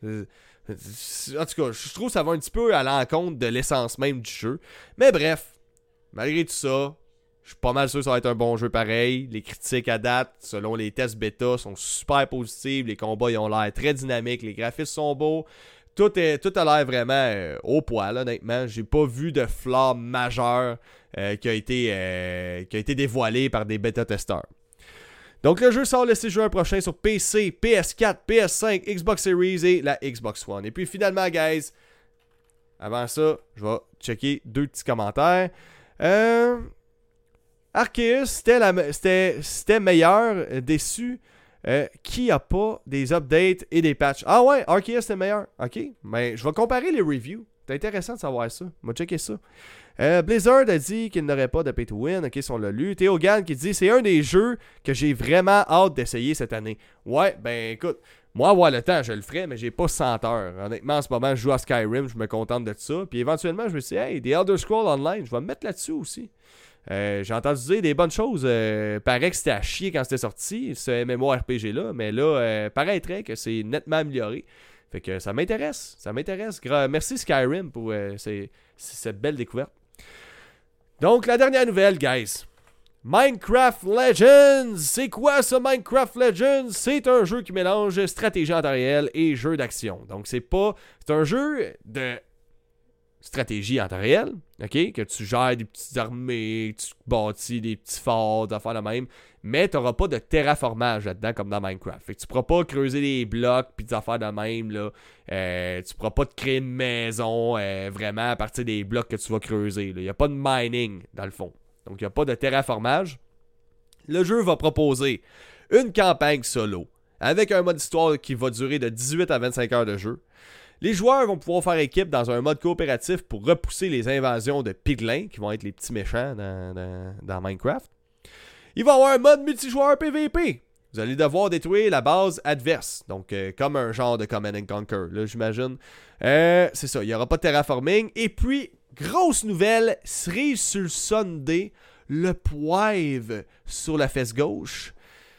En tout cas, je trouve que ça va un petit peu à l'encontre de l'essence même du jeu. Mais bref, malgré tout ça, je suis pas mal sûr que ça va être un bon jeu pareil. Les critiques à date, selon les tests bêta, sont super positives. Les combats, ils ont l'air très dynamiques. Les graphismes sont beaux. Tout, est, tout a l'air vraiment euh, au poil, honnêtement. J'ai pas vu de flaw majeur euh, qui, a été, euh, qui a été dévoilé par des bêta-testeurs. Donc le jeu sort le six juin prochain sur P C, P S quatre, P S cinq, Xbox Series et la Xbox One. Et puis finalement, guys, avant ça, je vais checker deux petits commentaires. Euh... Arceus, c'était, la, c'était, c'était meilleur, euh, déçu. Euh, qui a pas des updates et des patchs? Ah ouais, Arceus c'était meilleur. Ok, mais je vais comparer les reviews. C'est intéressant de savoir ça. On va checker ça. Euh, Blizzard a dit qu'il n'aurait pas de pay to win. Ok, si on l'a lu. Théogan qui dit c'est un des jeux que j'ai vraiment hâte d'essayer cette année. Ouais, ben écoute, moi avoir le temps, je le ferais, mais j'ai pas cent heures. Honnêtement, en ce moment, je joue à Skyrim, je me contente de ça. Puis éventuellement, je me suis dit, hey, des Elder Scrolls Online, je vais me mettre là-dessus aussi. Euh, j'ai entendu dire des bonnes choses. Euh, paraît que c'était à chier quand c'était sorti, ce M M O R P G-là. Mais là, euh, paraîtrait que c'est nettement amélioré. Fait que ça m'intéresse. Ça m'intéresse. Gra- Merci Skyrim pour euh, ces, cette belle découverte. Donc, la dernière nouvelle, guys. Minecraft Legends. C'est quoi ce Minecraft Legends? C'est un jeu qui mélange stratégie en temps réel et jeu d'action. Donc, c'est pas... C'est un jeu de... stratégie en temps réel, ok, que tu gères des petites armées, tu bâtis des petits forts, des affaires de même, mais tu n'auras pas de terraformage là-dedans comme dans Minecraft. Fait que tu ne pourras pas creuser des blocs puis des affaires de même, là. Euh, tu ne pourras pas te créer une maison euh, vraiment à partir des blocs que tu vas creuser. Il n'y a pas de mining dans le fond. Donc il n'y a pas de terraformage. Le jeu va proposer une campagne solo avec un mode histoire qui va durer de dix-huit à vingt-cinq heures de jeu. Les joueurs vont pouvoir faire équipe dans un mode coopératif pour repousser les invasions de piglins, qui vont être les petits méchants dans, dans, dans Minecraft. Il va y avoir un mode multijoueur P V P. Vous allez devoir détruire la base adverse, donc euh, comme un genre de Command and Conquer, là, j'imagine. Euh, c'est ça, il n'y aura pas de terraforming. Et puis, grosse nouvelle, cerise sur le Sunday, le poivre sur la fesse gauche.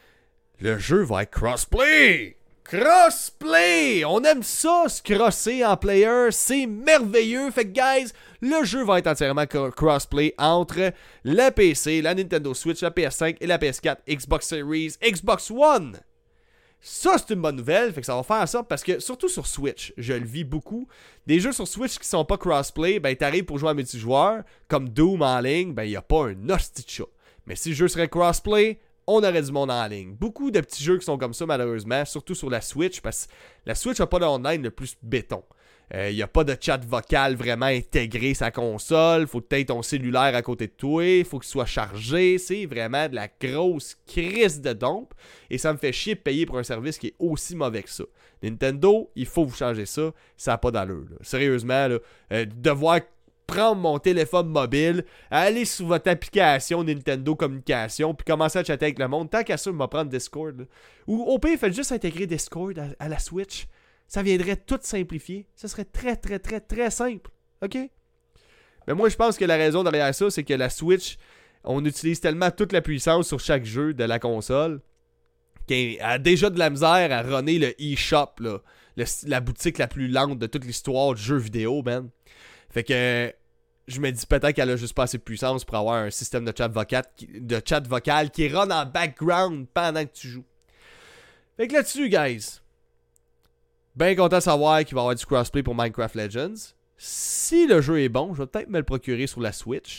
Le jeu va être crossplay! Crossplay! On aime ça, se crosser en player, c'est merveilleux. Fait que, guys, le jeu va être entièrement crossplay entre la P C, la Nintendo Switch, la P S cinq et la P S quatre, Xbox Series, Xbox One. Ça, c'est une bonne nouvelle. Fait que ça va faire ça parce que, surtout sur Switch, je le vis beaucoup. Des jeux sur Switch qui sont pas crossplay, ben, t'arrives pour jouer en multijoueur, comme Doom en ligne, ben, y a pas un hostie de chat. Mais si le jeu serait crossplay, on aurait du monde en ligne. Beaucoup de petits jeux qui sont comme ça, malheureusement, surtout sur la Switch, parce que la Switch n'a pas d'online le plus béton. Il euh, n'y a pas de chat vocal vraiment intégré sa console. Faut peut-être ton cellulaire à côté de toi. Il faut qu'il soit chargé. C'est vraiment de la grosse crise de dompe. Et ça me fait chier de payer pour un service qui est aussi mauvais que ça. Nintendo, il faut vous changer ça. Ça n'a pas d'allure. Là. Sérieusement, là, euh, devoir prendre mon téléphone mobile, aller sur votre application Nintendo Communication, puis commencer à chatter avec le monde. Tant qu'à ça, je vais prendre Discord. Là. Ou au pire, faites juste intégrer Discord à, à la Switch. Ça viendrait tout simplifier. Ça serait très, très, très, très simple. OK? Mais moi, je pense que la raison derrière ça, c'est que la Switch, on utilise tellement toute la puissance sur chaque jeu de la console qu'elle a déjà de la misère à runner le eShop, là, le, la boutique la plus lente de toute l'histoire du jeu vidéo, man. Fait que je me dis peut-être qu'elle a juste pas assez de puissance pour avoir un système de chat vocal, de chat vocal qui run en background pendant que tu joues. Fait que là-dessus, guys, bien content de savoir qu'il va y avoir du crossplay pour Minecraft Legends. Si le jeu est bon, je vais peut-être me le procurer sur la Switch.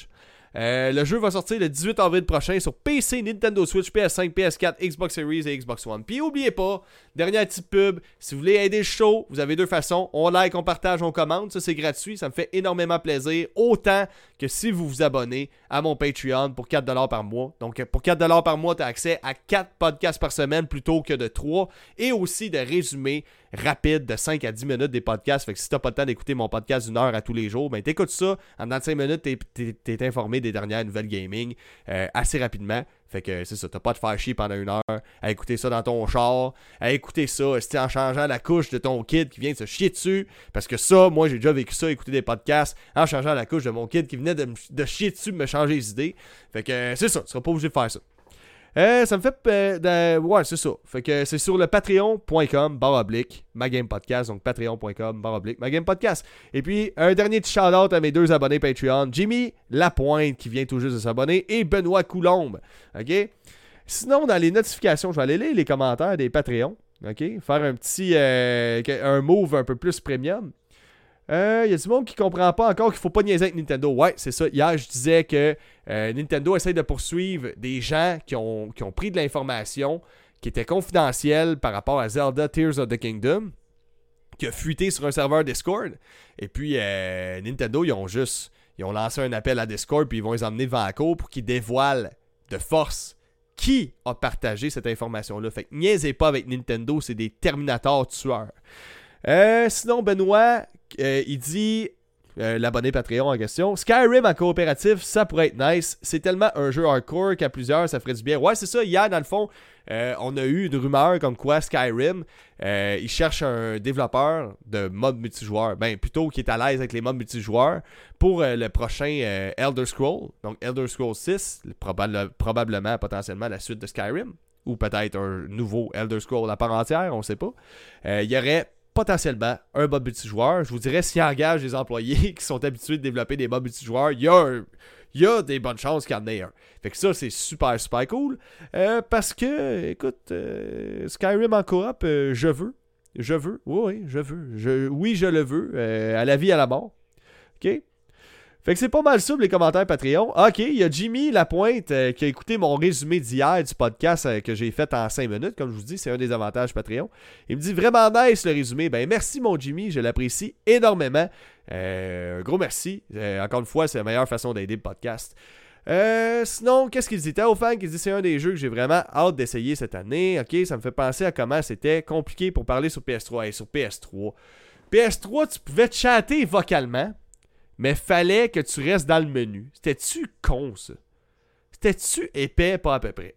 Euh, le jeu va sortir le dix-huit avril prochain sur P C, Nintendo Switch, P S cinq, P S quatre, Xbox Series et Xbox One. Puis n'oubliez pas, dernière petite pub, si vous voulez aider le show, vous avez deux façons. On like, on partage, on commente. Ça, c'est gratuit. Ça me fait énormément plaisir. Autant que si vous vous abonnez à mon Patreon pour quatre dollars par mois. Donc, pour quatre dollars par mois, tu as accès à quatre podcasts par semaine plutôt que de trois. Et aussi de résumés rapides de cinq à dix minutes des podcasts. Fait que si tu n'as pas le temps d'écouter mon podcast d'une heure à tous les jours, ben t'écoutes ça. En dans cinq minutes, t'es, t'es, t'es informé des dernières nouvelles gaming euh, assez rapidement. Fait que c'est ça, t'as pas de faire chier pendant une heure à écouter ça dans ton char, à écouter ça en changeant la couche de ton kid qui vient de se chier dessus. Parce que ça, moi j'ai déjà vécu ça, écouter des podcasts en changeant la couche de mon kid qui venait de, de chier dessus, de me changer les idées. Fait que euh, c'est ça, tu seras pas obligé de faire ça. Euh, ça me fait... Euh, de... Ouais, c'est ça. Fait que c'est sur le patreon.com barre oblique magamepodcast. Donc patreon.com barre oblique magamepodcast. Et puis, un dernier petit shout-out à mes deux abonnés Patreon. Jimmy Lapointe, qui vient tout juste de s'abonner, et Benoît Coulombe. OK? Sinon, dans les notifications, je vais aller lire les commentaires des Patreons. OK? Faire un petit... Euh, un move un peu plus premium. Il euh, y a du monde qui comprend pas encore qu'il faut pas niaiser avec Nintendo. Ouais, c'est ça. Hier, je disais que euh, Nintendo essaie de poursuivre des gens qui ont, qui ont pris de l'information qui était confidentielle par rapport à Zelda Tears of the Kingdom, qui a fuité sur un serveur Discord. Et puis, euh, Nintendo, ils ont juste ils ont lancé un appel à Discord, puis ils vont les emmener devant la cour pour qu'ils dévoilent de force qui a partagé cette information-là. Fait que niaisez pas avec Nintendo, c'est des Terminators tueurs. Euh, sinon, Benoît, euh, il dit, euh, l'abonné Patreon en question, Skyrim en coopératif, ça pourrait être nice. C'est tellement un jeu hardcore qu'à plusieurs, ça ferait du bien. Ouais, c'est ça. Hier, dans le fond, euh, on a eu une rumeur comme quoi Skyrim, euh, il cherche un développeur de mode multijoueur. Ben, plutôt qui est à l'aise avec les modes multijoueurs pour euh, le prochain euh, Elder Scrolls. Donc, Elder Scrolls six, probable, probablement, potentiellement, la suite de Skyrim. Ou peut-être un nouveau Elder Scrolls à part entière, on ne sait pas. Euh, il y aurait potentiellement un mode multijoueur. Je vous dirais, s'il engage des employés qui sont habitués de développer des modes multijoueurs, il y a, un, il y a des bonnes chances qu'il y en ait un. Fait que ça, c'est super, super cool. Euh, parce que, écoute, euh, Skyrim en coop, euh, je veux. Je veux. Oui, oui, je veux. Je, oui, je le veux. Euh, à la vie, à la mort. OK? Fait que c'est pas mal ça les commentaires Patreon. Ok, il y a Jimmy Lapointe euh, qui a écouté mon résumé d'hier du podcast euh, que j'ai fait en cinq minutes. Comme je vous dis, c'est un des avantages Patreon. Il me dit vraiment nice le résumé. Ben merci mon Jimmy, je l'apprécie énormément. Euh, un gros merci. Euh, encore une fois, c'est la meilleure façon d'aider le podcast. Euh, sinon, qu'est-ce qu'il dit? Théophane qui dit c'est un des jeux que j'ai vraiment hâte d'essayer cette année. Ok, ça me fait penser à comment c'était compliqué pour parler sur P S trois. Et sur P S trois, P S trois, tu pouvais chatter vocalement. Mais fallait que tu restes dans le menu. C'était-tu con, ça? C'était-tu épais, pas à peu près?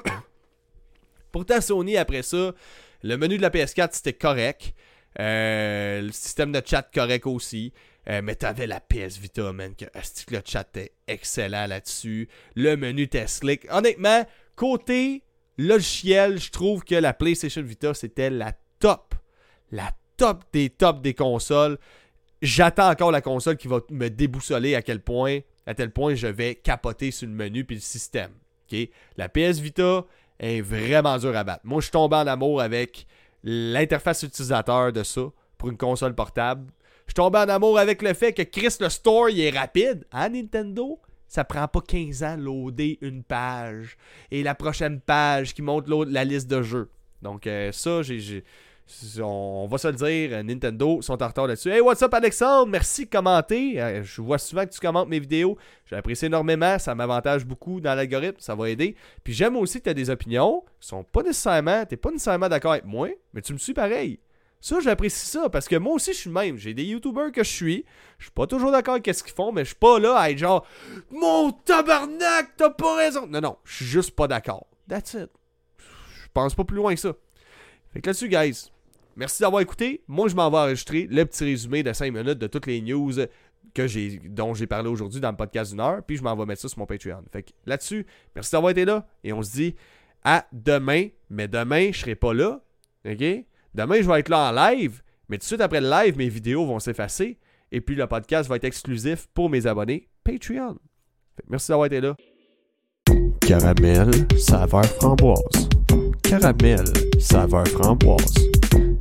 Pourtant, Sony, après ça, le menu de la P S quatre, c'était correct. Euh, le système de chat, correct aussi. Euh, mais t'avais la P S Vita, man. Que, que le chat était excellent là-dessus. Le menu était slick. Honnêtement, côté logiciel, je trouve que la PlayStation Vita, c'était la top. La top des tops des consoles. J'attends encore la console qui va me déboussoler à quel point, à tel point je vais capoter sur le menu puis le système. Okay? La P S Vita est vraiment dure à battre. Moi, je suis tombé en amour avec l'interface utilisateur de ça pour une console portable. Je suis tombé en amour avec le fait que Chris, le store, il est rapide. À Nintendo, ça prend pas quinze ans loader une page. Et la prochaine page qui montre la liste de jeux. Donc euh, ça, j'ai... j'ai On va se le dire, Nintendo sont en retard là-dessus. Hey, what's up Alexandre? Merci de commenter. Je vois souvent que tu commentes mes vidéos. J'apprécie énormément. Ça m'avantage beaucoup dans l'algorithme. Ça va aider. Puis j'aime aussi que tu as des opinions qui sont pas nécessairement... T'es pas nécessairement d'accord avec moi, mais tu me suis pareil. Ça, j'apprécie ça. Parce que moi aussi, je suis le même. J'ai des YouTubers que je suis. Je suis pas toujours d'accord avec ce qu'ils font, mais je suis pas là à être genre « Mon tabarnak, t'as pas raison! » Non, non. Je suis juste pas d'accord. That's it. Je pense pas plus loin que ça. Fait que là-dessus, guys... Merci d'avoir écouté. Moi, je m'en vais enregistrer le petit résumé de cinq minutes de toutes les news que j'ai, dont j'ai parlé aujourd'hui dans le podcast d'une heure. Puis je m'en vais mettre ça sur mon Patreon. Fait que là-dessus, merci d'avoir été là. Et on se dit à demain. Mais demain, je serai pas là. OK? Demain, je vais être là en live. Mais tout de suite après le live, mes vidéos vont s'effacer. Et puis le podcast va être exclusif pour mes abonnés Patreon. Fait que merci d'avoir été là. Caramel, saveur framboise. Caramel, saveur framboise.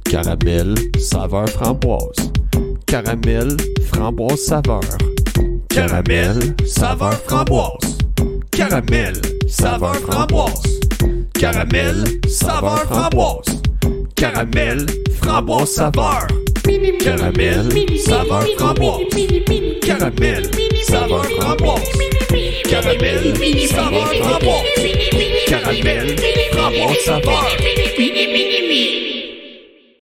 Caramel, saveur framboise. Caramel, framboise saveur. Caramel, saveur framboise. Caramel, saveur framboise. Caramel, saveur framboise. Caramel, framboise saveur. Caramel, saveur framboise. Caramel, saveur framboise. Caramel, saveur framboise. Caramel, framboise saveur.